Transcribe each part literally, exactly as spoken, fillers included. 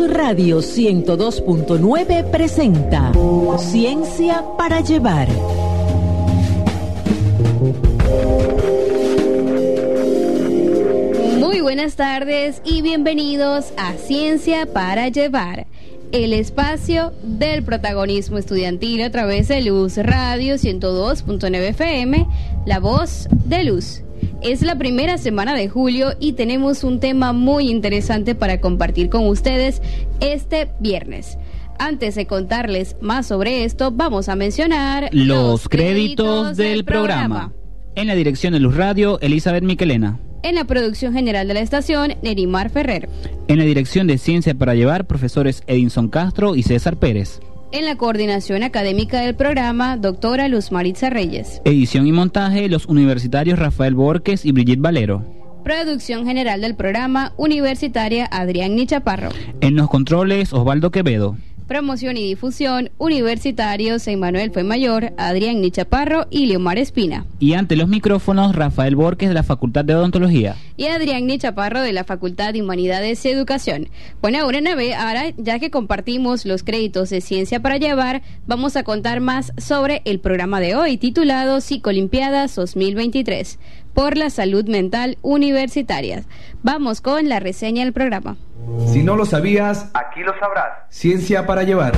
Radio ciento dos punto nueve presenta Ciencia para Llevar. Muy buenas tardes y bienvenidos a Ciencia para Llevar, el espacio del protagonismo estudiantil a través de Luz Radio ciento dos punto nueve F M, la voz de Luz. Es la primera semana de julio y tenemos un tema muy interesante para compartir con ustedes este viernes. Antes de contarles más sobre esto, vamos a mencionar los, los créditos, créditos del, del programa. programa. En la dirección de Luz Radio, Elizabeth Miquelena. En la producción general de la estación, Nerimar Ferrer. En la dirección de Ciencia para Llevar, profesores Edinson Castro y César Pérez. En la coordinación académica del programa, doctora Luz Maritza Reyes. Edición y montaje, los universitarios Rafael Borges y Brigitte Valero. Producción general del programa, universitaria Adrián Nichaparro. En los controles, Osvaldo Quevedo. Promoción y difusión, universitarios Emmanuel Fuenmayor, Adrián Nichaparro y Leomar Espina. Y ante los micrófonos, Rafael Borges de la Facultad de Odontología. Y Adrián Nichaparro de la Facultad de Humanidades y Educación. Bueno, ahora, ahora ya que compartimos los créditos de Ciencia para Llevar, vamos a contar más sobre el programa de hoy, titulado Psicolimpiadas dos mil veintitrés, por la salud mental universitaria. Vamos con la reseña del programa. Si no lo sabías, aquí lo sabrás. Ciencia para Llevar.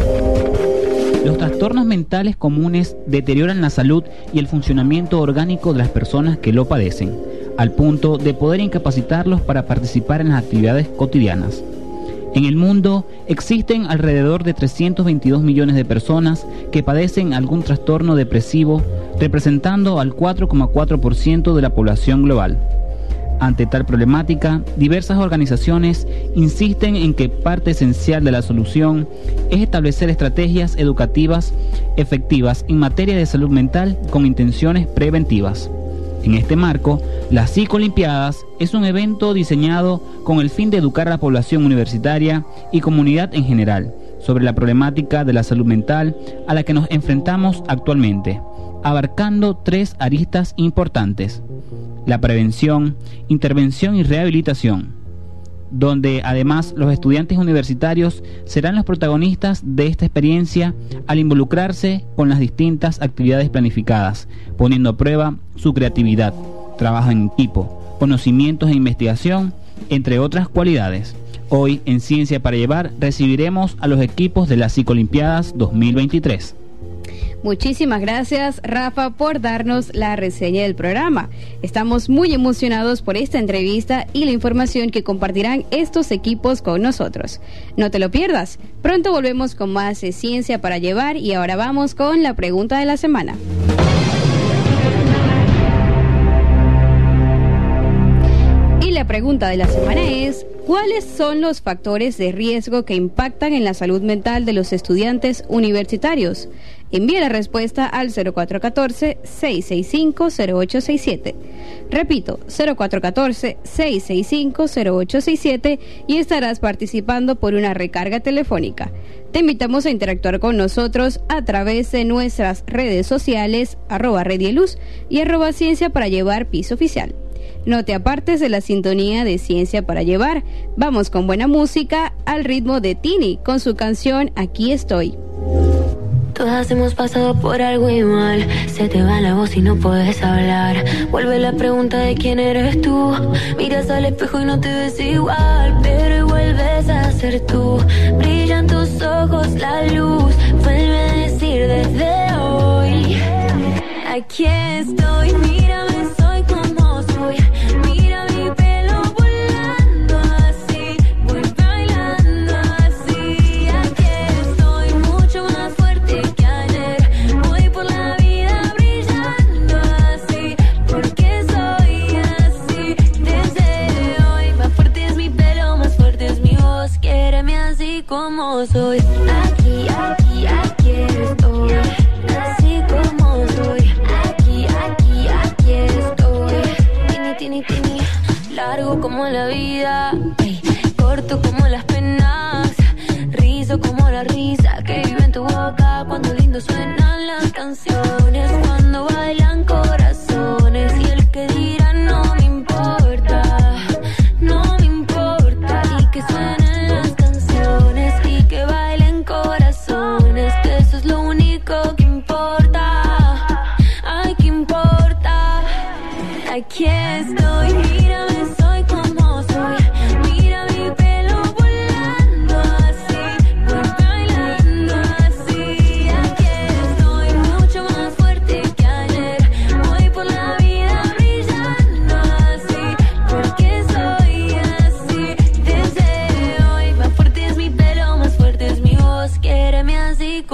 Los trastornos mentales comunes deterioran la salud y el funcionamiento orgánico de las personas que lo padecen, al punto de poder incapacitarlos para participar en las actividades cotidianas. En el mundo existen alrededor de trescientos veintidós millones de personas que padecen algún trastorno depresivo, representando al cuatro coma cuatro por ciento de la población global. Ante tal problemática, diversas organizaciones insisten en que parte esencial de la solución es establecer estrategias educativas efectivas en materia de salud mental con intenciones preventivas. En este marco, las Psicolimpiadas es un evento diseñado con el fin de educar a la población universitaria y comunidad en general sobre la problemática de la salud mental a la que nos enfrentamos actualmente, abarcando tres aristas importantes: la prevención, intervención y rehabilitación, donde además los estudiantes universitarios serán los protagonistas de esta experiencia al involucrarse con las distintas actividades planificadas, poniendo a prueba su creatividad, trabajo en equipo, conocimientos e investigación, entre otras cualidades. Hoy en Ciencia para Llevar recibiremos a los equipos de las Psicolimpiadas dos mil veintitrés. Muchísimas gracias, Rafa, por darnos la reseña del programa. Estamos muy emocionados por esta entrevista y la información que compartirán estos equipos con nosotros. No te lo pierdas. Pronto volvemos con más de Ciencia para Llevar y ahora vamos con la pregunta de la semana. Y la pregunta de la semana es: ¿cuáles son los factores de riesgo que impactan en la salud mental de los estudiantes universitarios? Envía la respuesta al cero cuatro uno cuatro, seis seis cinco, cero ocho seis siete. Repito, cero cuatro uno cuatro, seis seis cinco, cero ocho seis siete y estarás participando por una recarga telefónica. Te invitamos a interactuar con nosotros a través de nuestras redes sociales, arroba Redieluz y arroba Ciencia para Llevar Piso Oficial. No te apartes de la sintonía de Ciencia para Llevar. Vamos con buena música al ritmo de Tini con su canción Aquí Estoy. Todas hemos pasado por algo igual. Se te va la voz y no puedes hablar. Vuelve la pregunta de quién eres tú. Miras al espejo y no te ves igual, pero vuelves a ser tú. Brillan tus ojos, la luz. Vuelve a decir desde hoy: aquí estoy, mírame, soy como soy. Mira mi pelo volando así. Voy bailando así. Aquí estoy, mucho más fuerte que ayer. Voy por la vida brillando así. Porque soy así desde hoy. Más fuerte es mi pelo, más fuerte es mi voz. Quiéreme así como soy. Aquí, aquí, aquí estoy. Así como soy. Aquí, aquí, aquí estoy. Tini, tini, tini. Largo como la vida, ey. Corto como las penas. Rizo como la risa que vive en tu boca. Cuando lindo suenan las canciones. Cuando bailan corazones. Y el que dirá no me importa. No me importa. Y que suenen las canciones.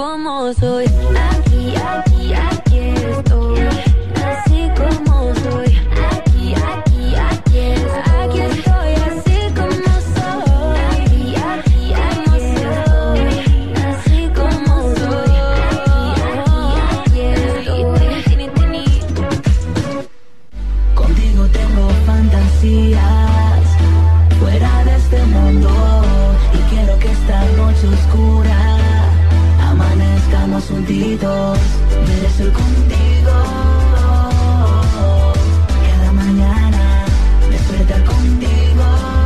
como soy. Aquí, aquí, aquí estoy. Así como soy. Aquí, aquí, aquí estoy. Aquí estoy, así como soy. Aquí, aquí, aquí estoy. Así como soy. Aquí, aquí, aquí estoy. Contigo tengo fantasías fuera de este mundo y quiero que esta noche oscura amanezcamos juntitos, merecer contigo cada mañana, despertar contigo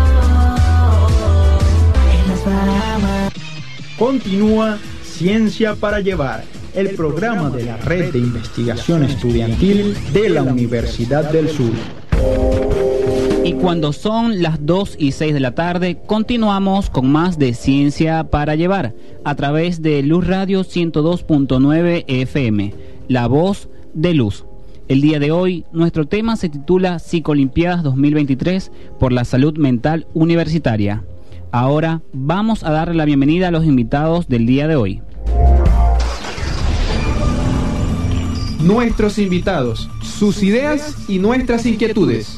en las Bahamas. Continúa Ciencia para Llevar, el programa de la Red de Investigación Estudiantil de la Universidad del Sur. Y cuando son las dos y seis de la tarde, continuamos con más de Ciencia para Llevar a través de Luz Radio ciento dos punto nueve F M, la voz de Luz. El día de hoy, nuestro tema se titula Psicolimpiadas dos mil veintitrés por la salud mental universitaria. Ahora vamos a darle la bienvenida a los invitados del día de hoy. Nuestros invitados, sus ideas y nuestras inquietudes.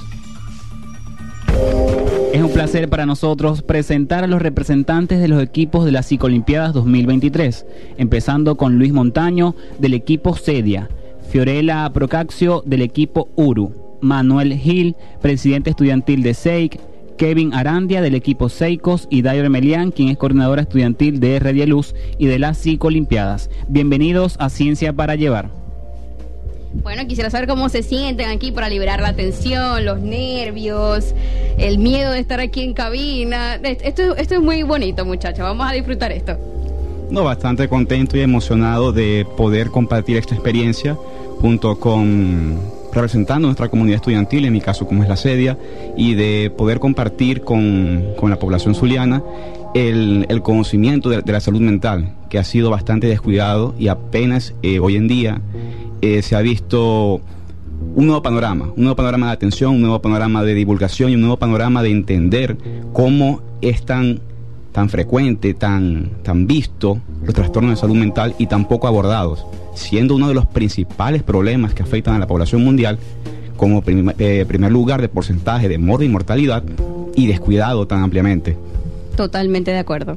Es un placer para nosotros presentar a los representantes de los equipos de las Psicolimpiadas dos mil veintitrés, empezando con Luis Montaño del equipo CEDIA, Fiorella Procaccio del equipo URU, Manuel Gil, presidente estudiantil de S E I C, Kevin Arandia del equipo SEICOS y Dairo Melián, quien es coordinadora estudiantil de Red y Luz y de las Psicolimpiadas. Bienvenidos a Ciencia para Llevar. Bueno, quisiera saber cómo se sienten aquí para liberar la tensión, los nervios, el miedo de estar aquí en cabina. Esto, esto es muy bonito, muchachos. Vamos a disfrutar esto. No, bastante contento y emocionado de poder compartir esta experiencia junto con representando nuestra comunidad estudiantil, en mi caso como es la CEDIA, y de poder compartir con, con la población zuliana el, el conocimiento de, de la salud mental, que ha sido bastante descuidado y apenas eh, hoy en día Eh, se ha visto un nuevo panorama, un nuevo panorama de atención, un nuevo panorama de divulgación y un nuevo panorama de entender cómo es tan, tan frecuente, tan, tan visto los trastornos de salud mental y tan poco abordados, siendo uno de los principales problemas que afectan a la población mundial, como prim eh, primer lugar de porcentaje de muerte y mortalidad, y descuidado tan ampliamente. Totalmente de acuerdo.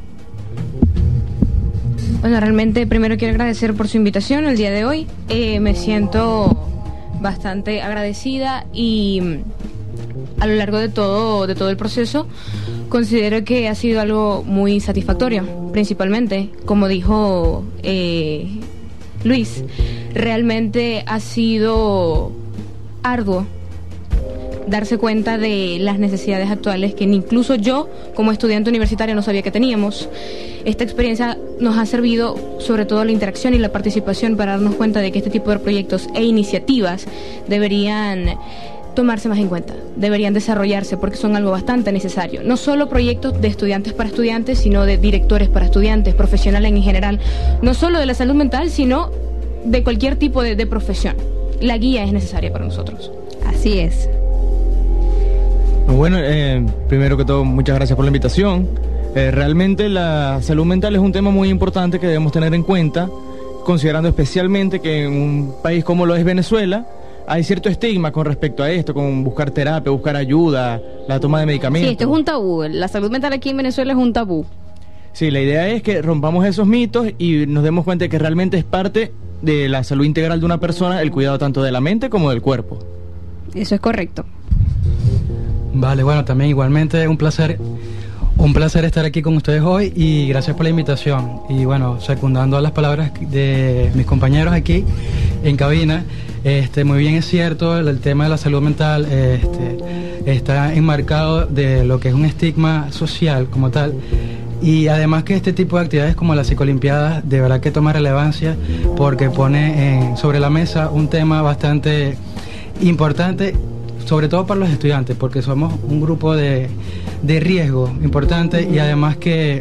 Bueno, realmente primero quiero agradecer por su invitación el día de hoy. Eh, me siento bastante agradecida y a lo largo de todo, de todo el proceso considero que ha sido algo muy satisfactorio, principalmente, como dijo eh, Luis, realmente ha sido arduo darse cuenta de las necesidades actuales que incluso yo, como estudiante universitario, no sabía que teníamos. Esta experiencia nos ha servido sobre todo la interacción y la participación para darnos cuenta de que este tipo de proyectos e iniciativas deberían tomarse más en cuenta, deberían desarrollarse porque son algo bastante necesario. No solo proyectos de estudiantes para estudiantes, sino de directores para estudiantes, profesionales en general, no solo de la salud mental, sino de cualquier tipo de, de profesión. La guía es necesaria para nosotros. Así es. Bueno, eh, primero que todo, muchas gracias por la invitación. Eh, realmente la salud mental es un tema muy importante que debemos tener en cuenta, considerando especialmente que en un país como lo es Venezuela, hay cierto estigma con respecto a esto, con buscar terapia, buscar ayuda, la toma de medicamentos. Sí, esto es un tabú. La salud mental aquí en Venezuela es un tabú. Sí, la idea es que rompamos esos mitos y nos demos cuenta de que realmente es parte de la salud integral de una persona, el cuidado tanto de la mente como del cuerpo. Eso es correcto. Vale, bueno, también igualmente un placer, un placer estar aquí con ustedes hoy y gracias por la invitación. Y bueno, secundando a las palabras de mis compañeros aquí en cabina, este, muy bien es cierto, el, el tema de la salud mental este, está enmarcado de lo que es un estigma social como tal. Y además que este tipo de actividades como las psicolimpiadas de verdad que toma relevancia porque pone en, sobre la mesa un tema bastante importante, sobre todo para los estudiantes, porque somos un grupo de, de riesgo importante y además que,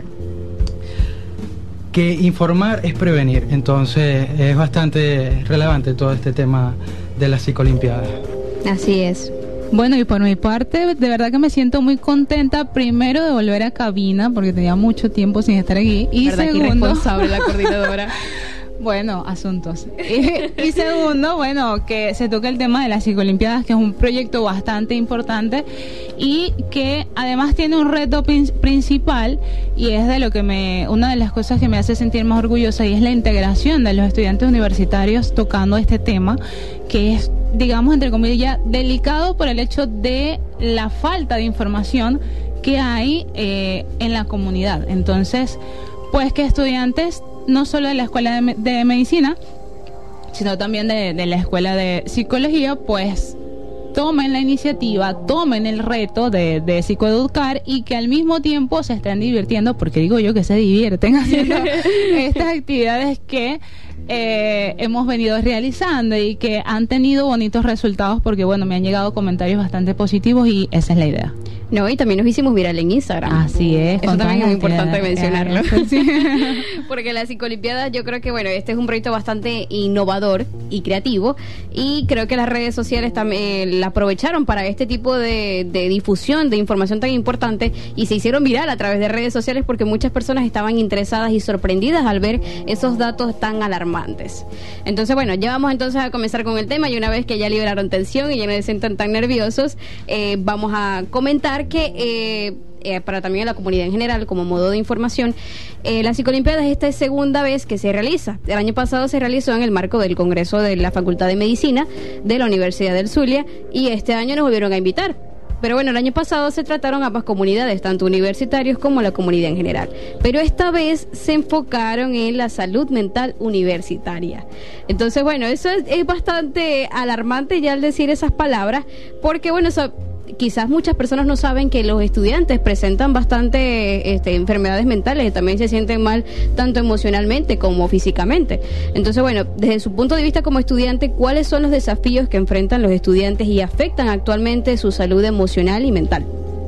que informar es prevenir. Entonces es bastante relevante todo este tema de las psicolimpiadas. Así es. Bueno, y por mi parte, de verdad que me siento muy contenta, primero de volver a cabina, porque tenía mucho tiempo sin estar aquí, y ¿verdad? segundo... Que irresponsable la coordinadora. Bueno, asuntos. Y, y segundo, bueno, que se toca el tema de las psicolimpiadas, que es un proyecto bastante importante y que además tiene un reto prin- principal y es de lo que me, una de las cosas que me hace sentir más orgullosa, y es la integración de los estudiantes universitarios tocando este tema, que es, digamos, entre comillas, delicado por el hecho de la falta de información que hay eh, en la comunidad. Entonces, pues que estudiantes no solo de la escuela de, me- de medicina, sino también de, de la escuela de psicología, pues tomen la iniciativa, tomen el reto de, de psicoeducar, y que al mismo tiempo se estén divirtiendo, porque digo yo que se divierten haciendo estas actividades que eh, hemos venido realizando y que han tenido bonitos resultados, porque bueno, me han llegado comentarios bastante positivos y esa es la idea. No, y también nos hicimos viral en Instagram. Así es. Eso también es muy importante actividades. mencionarlo. Sí. Porque las psicolimpiadas, yo creo que, bueno, este es un proyecto bastante innovador y creativo, y creo que las redes sociales también la aprovecharon para este tipo de, de difusión de información tan importante, y se hicieron viral a través de redes sociales porque muchas personas estaban interesadas y sorprendidas al ver esos datos tan alarmantes. Entonces, bueno, ya vamos entonces a comenzar con el tema, y una vez que ya liberaron tensión y ya no se sientan tan nerviosos, eh, vamos a comentar que eh, eh, para también la comunidad en general, como modo de información, eh, la psicolimpiada es esta segunda vez que se realiza. El año pasado se realizó en el marco del Congreso de la Facultad de Medicina de la Universidad del Zulia, y este año nos volvieron a invitar. Pero bueno, el año pasado se trataron ambas comunidades, tanto universitarios como la comunidad en general. Pero esta vez se enfocaron en la salud mental universitaria. Entonces, bueno, eso es, es bastante alarmante ya al decir esas palabras, porque bueno, eso, quizás muchas personas no saben que los estudiantes presentan bastante este, enfermedades mentales, y también se sienten mal tanto emocionalmente como físicamente. Entonces, bueno, desde su punto de vista como estudiante, ¿cuáles son los desafíos que enfrentan los estudiantes y afectan actualmente su salud emocional y mental?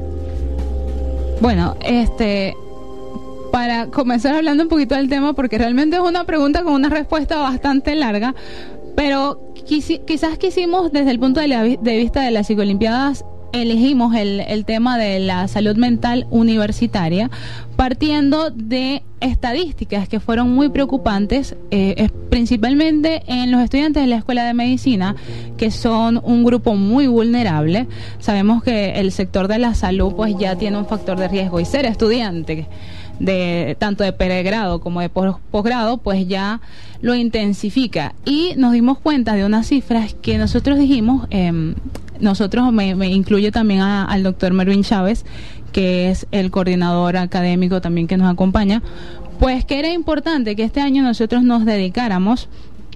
Bueno, este... para comenzar hablando un poquito del tema, porque realmente es una pregunta con una respuesta bastante larga, pero quisi- quizás quisimos, desde el punto de, la vi- de vista de las psicolimpiadas, elegimos el, el tema de la salud mental universitaria partiendo de estadísticas que fueron muy preocupantes, eh, es principalmente en los estudiantes de la escuela de medicina, que son un grupo muy vulnerable. Sabemos que el sector de la salud pues ya tiene un factor de riesgo, y ser estudiante de tanto de pregrado como de pos- posgrado pues ya lo intensifica, y nos dimos cuenta de unas cifras que nosotros dijimos, eh, nosotros me, me incluye también a, al doctor Mervin Chávez, que es el coordinador académico también que nos acompaña, pues que era importante que este año nosotros nos dedicáramos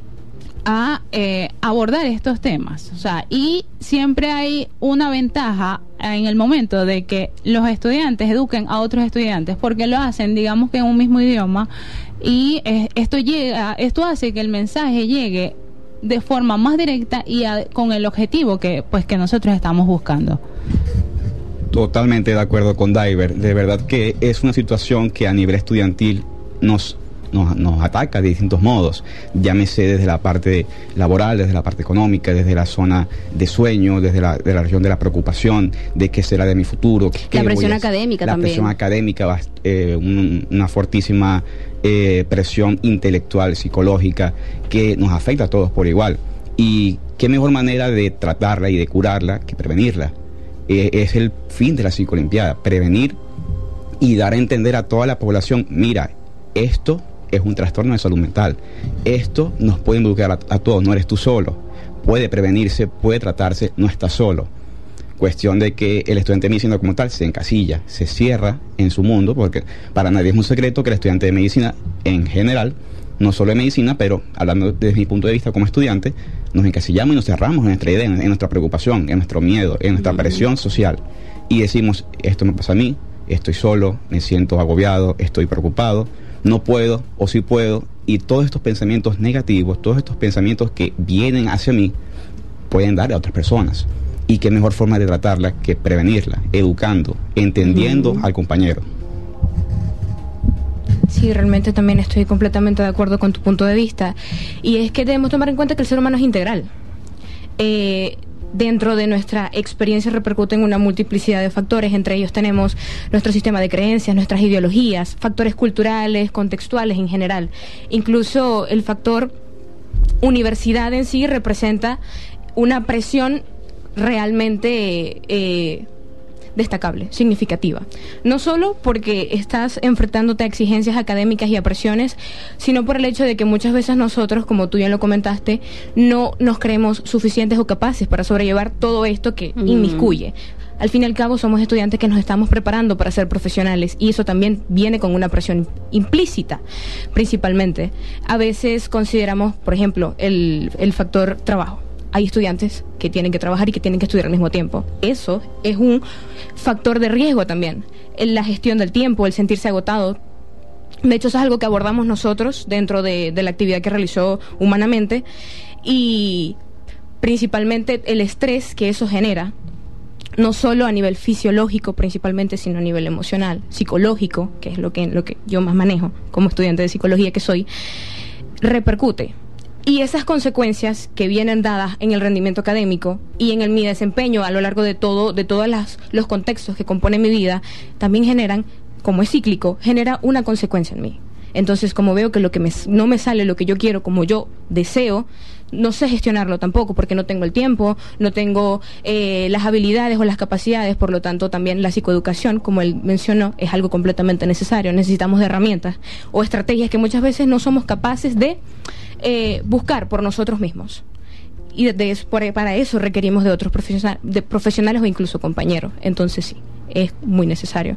a eh, abordar estos temas. O sea, y siempre hay una ventaja en el momento de que los estudiantes eduquen a otros estudiantes, porque lo hacen, digamos que en un mismo idioma, y eh, esto llega, esto hace que el mensaje llegue de forma más directa y a, con el objetivo que pues que nosotros estamos buscando. Totalmente de acuerdo con Diver. De verdad que es una situación que a nivel estudiantil nos, nos, nos ataca de distintos modos. Llámese desde la parte laboral, desde la parte económica, desde la zona de sueño, desde la, de la región de la preocupación, de qué será de mi futuro. Qué La presión voy a- académica la también. presión académica, va, eh, un- una fortísima eh, presión intelectual, psicológica, que nos afecta a todos por igual. Y qué mejor manera de tratarla y de curarla que prevenirla. Eh, es el fin de la psicolimpiada, prevenir y dar a entender a toda la población: mira, esto es un trastorno de salud mental, esto nos puede involucrar a, a todos, no eres tú solo, puede prevenirse, puede tratarse, no estás solo. Cuestión de que el estudiante de medicina como tal se encasilla, se cierra en su mundo, porque para nadie es un secreto que el estudiante de medicina en general, no solo de medicina, pero hablando desde mi punto de vista como estudiante, nos encasillamos y nos cerramos en nuestra idea, en, en nuestra preocupación, en nuestro miedo, en nuestra presión social, y decimos: esto me pasa a mí, estoy solo, me siento agobiado, estoy preocupado, no puedo o sí puedo, y todos estos pensamientos negativos, todos estos pensamientos que vienen hacia mí, pueden dar a otras personas. Y qué mejor forma de tratarla que prevenirla, educando, entendiendo uh-huh. al compañero. Sí, realmente también estoy completamente de acuerdo con tu punto de vista. Y es que debemos tomar en cuenta que el ser humano es integral. Eh, dentro de nuestra experiencia repercute en una multiplicidad de factores. Entre ellos tenemos nuestro sistema de creencias, nuestras ideologías, factores culturales, contextuales en general. Incluso el factor universidad en sí representa una presión realmente eh, destacable, significativa. No solo porque estás enfrentándote a exigencias académicas y a presiones, sino por el hecho de que muchas veces nosotros, como tú ya lo comentaste, no nos creemos suficientes o capaces para sobrellevar todo esto que uh-huh. inmiscuye. Al fin y al cabo somos estudiantes que nos estamos preparando para ser profesionales y eso también viene con una presión implícita, principalmente. A veces consideramos, por ejemplo, el, el factor trabajo. Hay estudiantes que tienen que trabajar y que tienen que estudiar al mismo tiempo. Eso es un factor de riesgo también. En la gestión del tiempo, el sentirse agotado. De hecho, eso es algo que abordamos nosotros dentro de, de la actividad que realizó Humanamente. Y principalmente el estrés que eso genera, no solo a nivel fisiológico principalmente, sino a nivel emocional, psicológico, que es lo que, lo que yo más manejo como estudiante de psicología que soy, repercute. Y esas consecuencias que vienen dadas en el rendimiento académico y en el, mi desempeño a lo largo de todo, de todos las, los contextos que componen mi vida, también generan, como es cíclico, genera una consecuencia en mí. Entonces, como veo que lo que me, no me sale lo que yo quiero, como yo deseo, no sé gestionarlo tampoco, porque no tengo el tiempo, no tengo eh, las habilidades o las capacidades. Por lo tanto, también la psicoeducación, como él mencionó, es algo completamente necesario. Necesitamos de herramientas o estrategias que muchas veces no somos capaces de Eh, buscar por nosotros mismos, y de, de, por, para eso requerimos de otros profesional, de profesionales o incluso compañeros. Entonces sí, es muy necesario.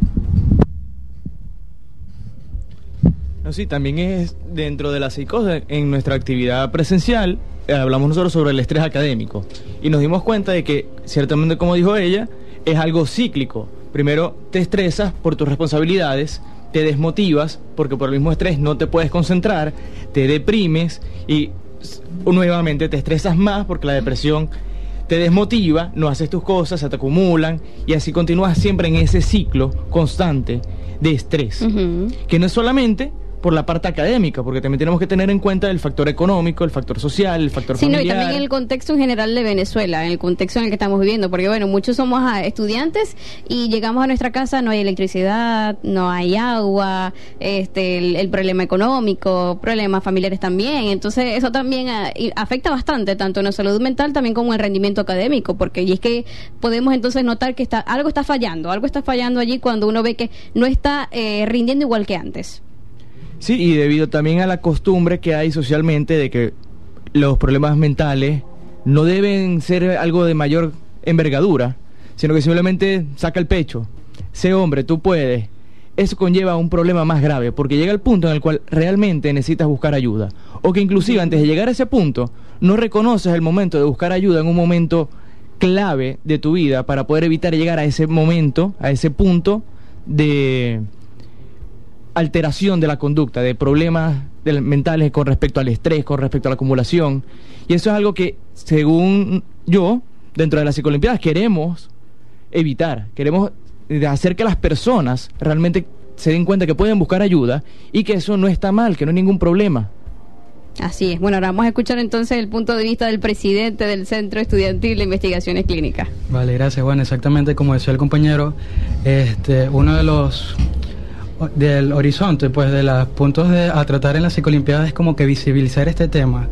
No, sí, también es dentro de la psicosis. En nuestra actividad presencial eh, hablamos nosotros sobre el estrés académico y nos dimos cuenta de que, ciertamente, como dijo ella, es algo cíclico. Primero te estresas por tus responsabilidades, te desmotivas porque por el mismo estrés no te puedes concentrar, te deprimes y nuevamente te estresas más porque la depresión te desmotiva, no haces tus cosas, se te acumulan y así continúas siempre en ese ciclo constante de estrés, uh-huh. que no es solamente por la parte académica, porque también tenemos que tener en cuenta el factor económico, el factor social, el factor sí, familiar. No, y también el contexto en general de Venezuela, en el contexto en el que estamos viviendo, porque bueno, muchos somos ah, estudiantes y llegamos a nuestra casa, no hay electricidad, no hay agua, este, el, el problema económico, problemas familiares también. Entonces eso también ah, afecta bastante, tanto en la salud mental también como en el rendimiento académico, porque y es que podemos entonces notar que está algo está fallando, algo está fallando allí cuando uno ve que no está eh, rindiendo igual que antes. Sí, y debido también a la costumbre que hay socialmente de que los problemas mentales no deben ser algo de mayor envergadura, sino que simplemente saca el pecho, sé hombre, tú puedes. Eso conlleva un problema más grave, porque llega el punto en el cual realmente necesitas buscar ayuda, o que inclusive antes de llegar a ese punto, no reconoces el momento de buscar ayuda en un momento clave de tu vida para poder evitar llegar a ese momento, a ese punto de alteración de la conducta, de problemas de, mentales con respecto al estrés, con respecto a la acumulación. Y eso es algo que, según yo, dentro de las psicolimpiadas queremos evitar, queremos hacer que las personas realmente se den cuenta que pueden buscar ayuda y que eso no está mal, que no hay ningún problema. Así es. Bueno, ahora vamos a escuchar entonces el punto de vista del presidente del Centro Estudiantil de Investigaciones Clínicas. Vale, gracias. Bueno, exactamente como decía el compañero, este, uno de los del horizonte, pues de los puntos de, a tratar en las psicolimpiadas es como que visibilizar este tema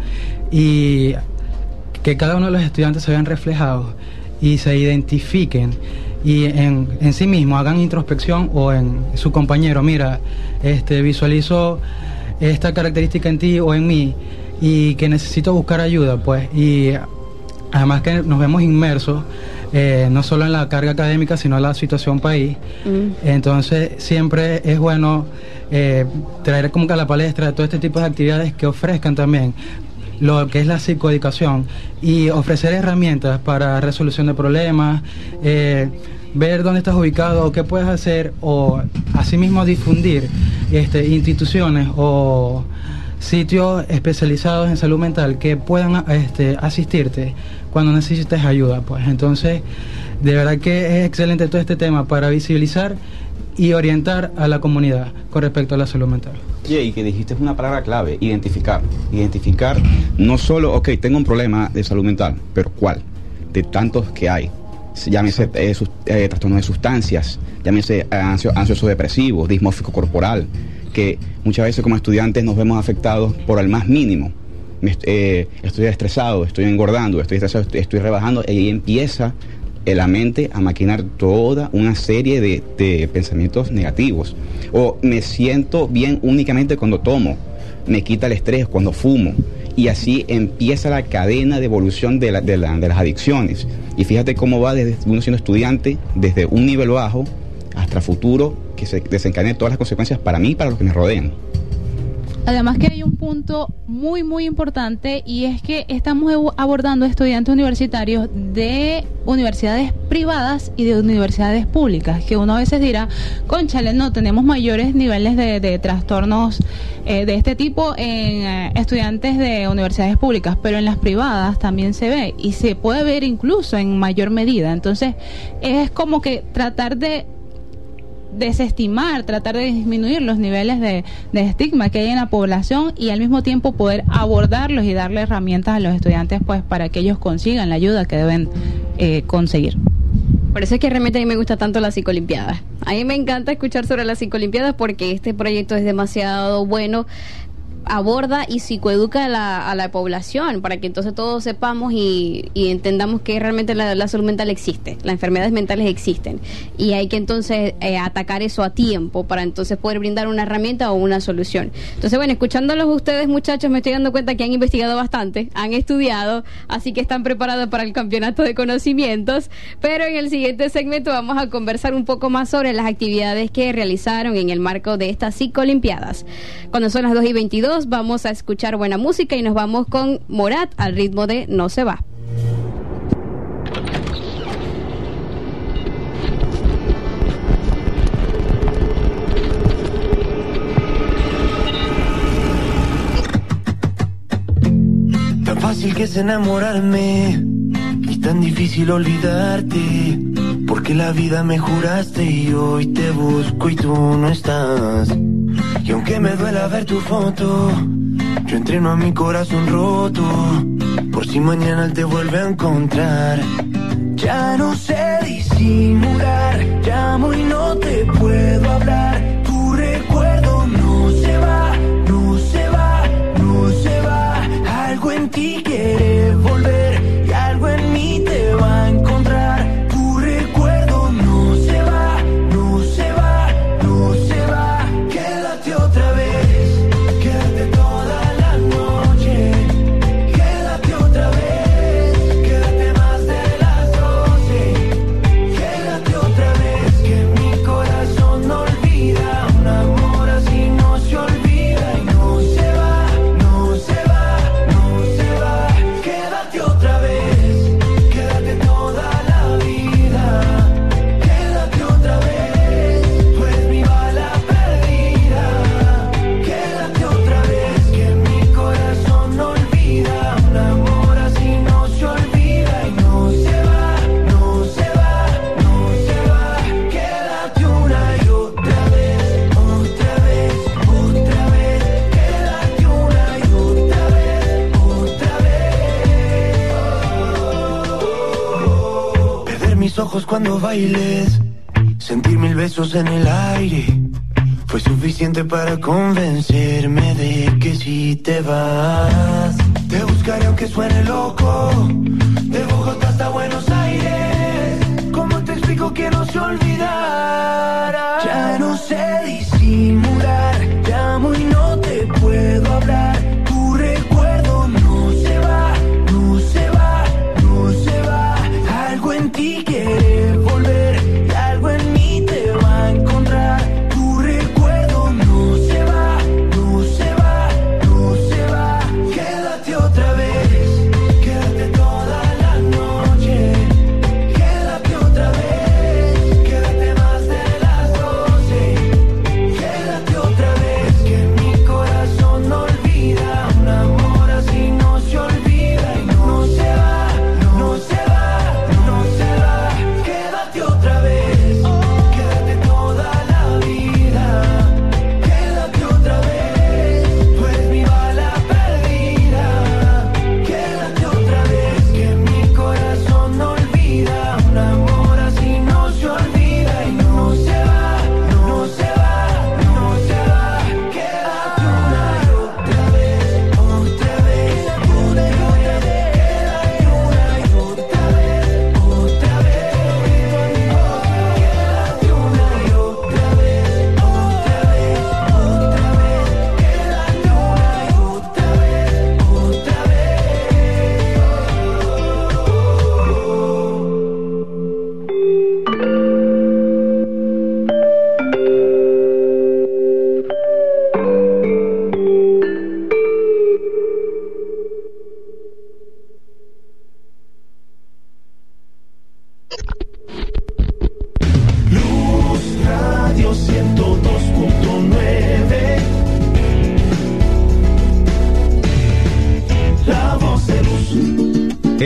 y que cada uno de los estudiantes se vean reflejados y se identifiquen y en, en sí mismos hagan introspección o en su compañero, mira, este visualizo esta característica en ti o en mí y que necesito buscar ayuda, pues, y además que nos vemos inmersos Eh, no solo en la carga académica, sino en la situación país. Mm. Entonces, siempre es bueno eh, traer como que a la palestra todo este tipo de actividades que ofrezcan también lo que es la psicoeducación y ofrecer herramientas para resolución de problemas, eh, ver dónde estás ubicado o qué puedes hacer, o asimismo difundir este, instituciones o sitios especializados en salud mental que puedan este, asistirte cuando necesites ayuda, pues. Entonces, de verdad que es excelente todo este tema para visibilizar y orientar a la comunidad con respecto a la salud mental. Yeah, y que dijiste es una palabra clave, identificar. Identificar no solo, ok, tengo un problema de salud mental, pero ¿cuál? de tantos que hay. Llámese eh, sus, eh, trastornos de sustancias, llámese ansio, ansioso depresivo, dismórfico corporal, que muchas veces como estudiantes nos vemos afectados por el más mínimo. Me, eh, estoy estresado, estoy engordando, estoy estresado, estoy, estoy rebajando, y ahí empieza eh, la mente a maquinar toda una serie de, de pensamientos negativos. O me siento bien únicamente cuando tomo, me quita el estrés cuando fumo. Y así empieza la cadena de evolución de, la, de, la, de las adicciones. Y fíjate cómo va desde uno siendo estudiante, desde un nivel bajo hasta futuro, que se desencadenen todas las consecuencias para mí y para los que me rodean. Además que hay un punto muy muy importante, y es que estamos abordando estudiantes universitarios de universidades privadas y de universidades públicas, que uno a veces dirá, cónchale, no, tenemos mayores niveles de, de trastornos eh, de este tipo en eh, estudiantes de universidades públicas, pero en las privadas también se ve, y se puede ver incluso en mayor medida. Entonces es como que tratar de desestimar, tratar de disminuir los niveles de, de estigma que hay en la población, y al mismo tiempo poder abordarlos y darle herramientas a los estudiantes, pues, para que ellos consigan la ayuda que deben eh, conseguir. Por eso es que realmente a mí me gusta tanto la psicolimpiada. A mí me encanta escuchar sobre las psicolimpiadas porque este proyecto es demasiado bueno. Aborda y psicoeduca a la, a la población para que entonces todos sepamos y, y entendamos que realmente la, la salud mental existe, las enfermedades mentales existen, y hay que entonces eh, atacar eso a tiempo para entonces poder brindar una herramienta o una solución. Entonces, bueno, escuchándolos ustedes, muchachos, me estoy dando cuenta que han investigado bastante, han estudiado, así que están preparados para el campeonato de conocimientos, pero en el siguiente segmento vamos a conversar un poco más sobre las actividades que realizaron en el marco de estas psicolimpiadas. Cuando son las dos y veintidós, vamos a escuchar buena música y nos vamos con Morat al ritmo de No se va. Tan fácil que es enamorarme y tan difícil olvidarte, porque la vida me juraste y hoy te busco y tú no estás. Y aunque me duela ver tu foto, yo entreno a mi corazón roto, por si mañana él te vuelve a encontrar. Ya no sé disimular, llamo y no te puedo hablar. Tu recuerdo no se va, no se va, no se va. Algo en ti quiere volver y algo en mí te va a encontrar. Tu recuerdo no se va, no se va, no se va. Quédate otra vez, quédate toda la noche. Quédate otra vez, quédate más de las doce. Quédate otra vez, que mi corazón no olvida. Un amor así no se olvida y no se va, no se va, no se va. Quédate otra vez, quédate toda la vida. Quédate otra vez, tú eres mi bala perdida. Quédate otra vez, que mi corazón no olvida. Un amor así no se olvida y no se va, no se va, no se va. Quédate una y otra vez, otra vez, otra vez. Quédate una y otra vez, otra vez. Perder mis ojos cuando bailes, sentir mil besos en el aire, fue suficiente para convencerme de que si te vas, te buscaré aunque suene loco, de Bogotá hasta Buenos Aires. ¿Cómo te explico que no se olvidara? Ya no sé disimular, llamo y no te puedo hablar. Tu recuerdo no se va, no se va, no se va. Algo en ti quiere volver y algo en mí te va a encontrar. Tu recuerdo no se va, no se va, no se va. Quédate otra vez, quédate toda la noche. Quédate otra vez, quédate más de las doce.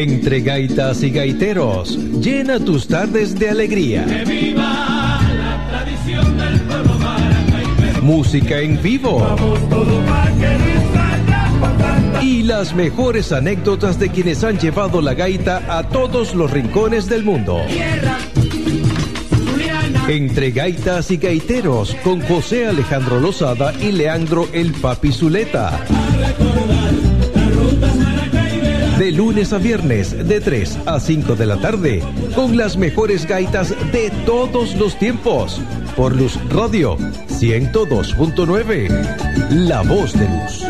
Entre gaitas y gaiteros, llena tus tardes de alegría. ¡Que viva la tradición del pueblo maracaibero! Música en vivo. Vamos todo pa' que Luis y las mejores anécdotas de quienes han llevado la gaita a todos los rincones del mundo. Tierra. Entre gaitas y gaiteros, con José Alejandro Lozada y Leandro El Papi Zuleta. De lunes a viernes, de tres a cinco de la tarde, con las mejores gaitas de todos los tiempos. Por Luz Radio, ciento dos punto nueve, La Voz de Luz.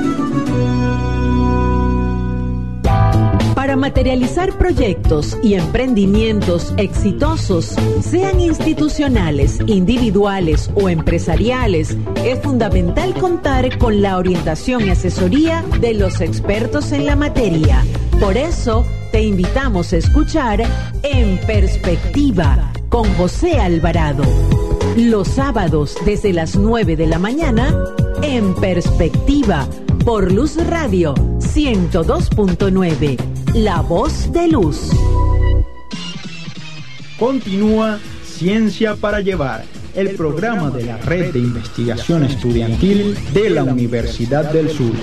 Para materializar proyectos y emprendimientos exitosos, sean institucionales, individuales o empresariales, es fundamental contar con la orientación y asesoría de los expertos en la materia. Por eso, te invitamos a escuchar En Perspectiva con José Alvarado. Los sábados desde las nueve de la mañana, En Perspectiva, por Luz Radio, ciento dos punto nueve. La Voz de Luz. Continúa Ciencia para Llevar, el programa de la Red de Investigación Estudiantil de la Universidad del Sur.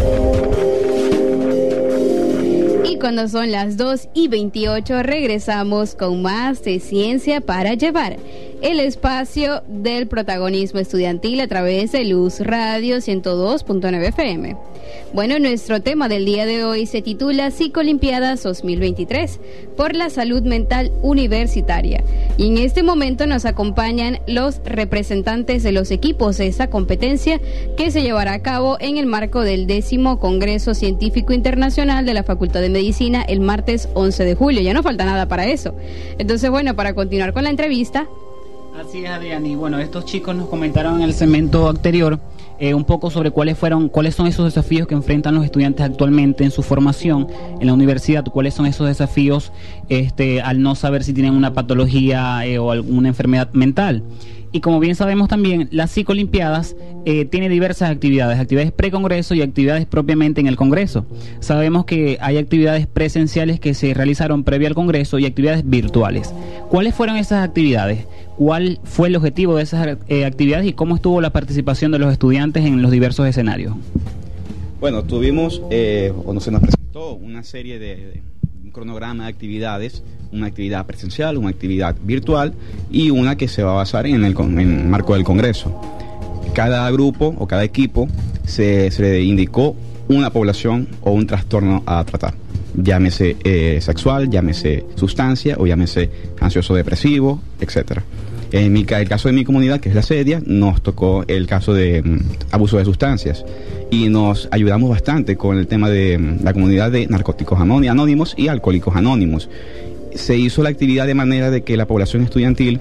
Y cuando son las dos y veintiocho, regresamos con más de Ciencia para Llevar, el espacio del protagonismo estudiantil a través de Luz Radio ciento dos punto nueve F M. Bueno, nuestro tema del día de hoy se titula Psicolimpiadas dos mil veintitrés por la salud mental universitaria. Y en este momento nos acompañan los representantes de los equipos de esa competencia que se llevará a cabo en el marco del décimo Congreso Científico Internacional de la Facultad de Medicina el martes once de julio. Ya no falta nada para eso. Entonces, bueno, para continuar con la entrevista. Así es, Adrián, y bueno, estos chicos nos comentaron en el segmento anterior eh, un poco sobre cuáles fueron, cuáles son esos desafíos que enfrentan los estudiantes actualmente en su formación en la universidad, cuáles son esos desafíos este, al no saber si tienen una patología eh, o alguna enfermedad mental. Y como bien sabemos también, las psicolimpiadas eh, tiene diversas actividades, actividades pre-congreso y actividades propiamente en el congreso. Sabemos que hay actividades presenciales que se realizaron previo al congreso y actividades virtuales. ¿Cuáles fueron esas actividades? ¿Cuál fue el objetivo de esas eh, actividades y cómo estuvo la participación de los estudiantes en los diversos escenarios? Bueno, tuvimos, eh, o no se nos presentó una serie de... de cronograma de actividades, una actividad presencial, una actividad virtual y una que se va a basar en el, en el marco del Congreso. Cada grupo o cada equipo se, se le indicó una población o un trastorno a tratar, llámese eh, sexual, llámese sustancia o llámese ansioso depresivo, etcétera. En mi, el caso de mi comunidad, que es la Cedia, nos tocó el caso de um, abuso de sustancias y nos ayudamos bastante con el tema de um, la comunidad de narcóticos anónimos y alcohólicos anónimos. Se hizo la actividad de manera de que la población estudiantil,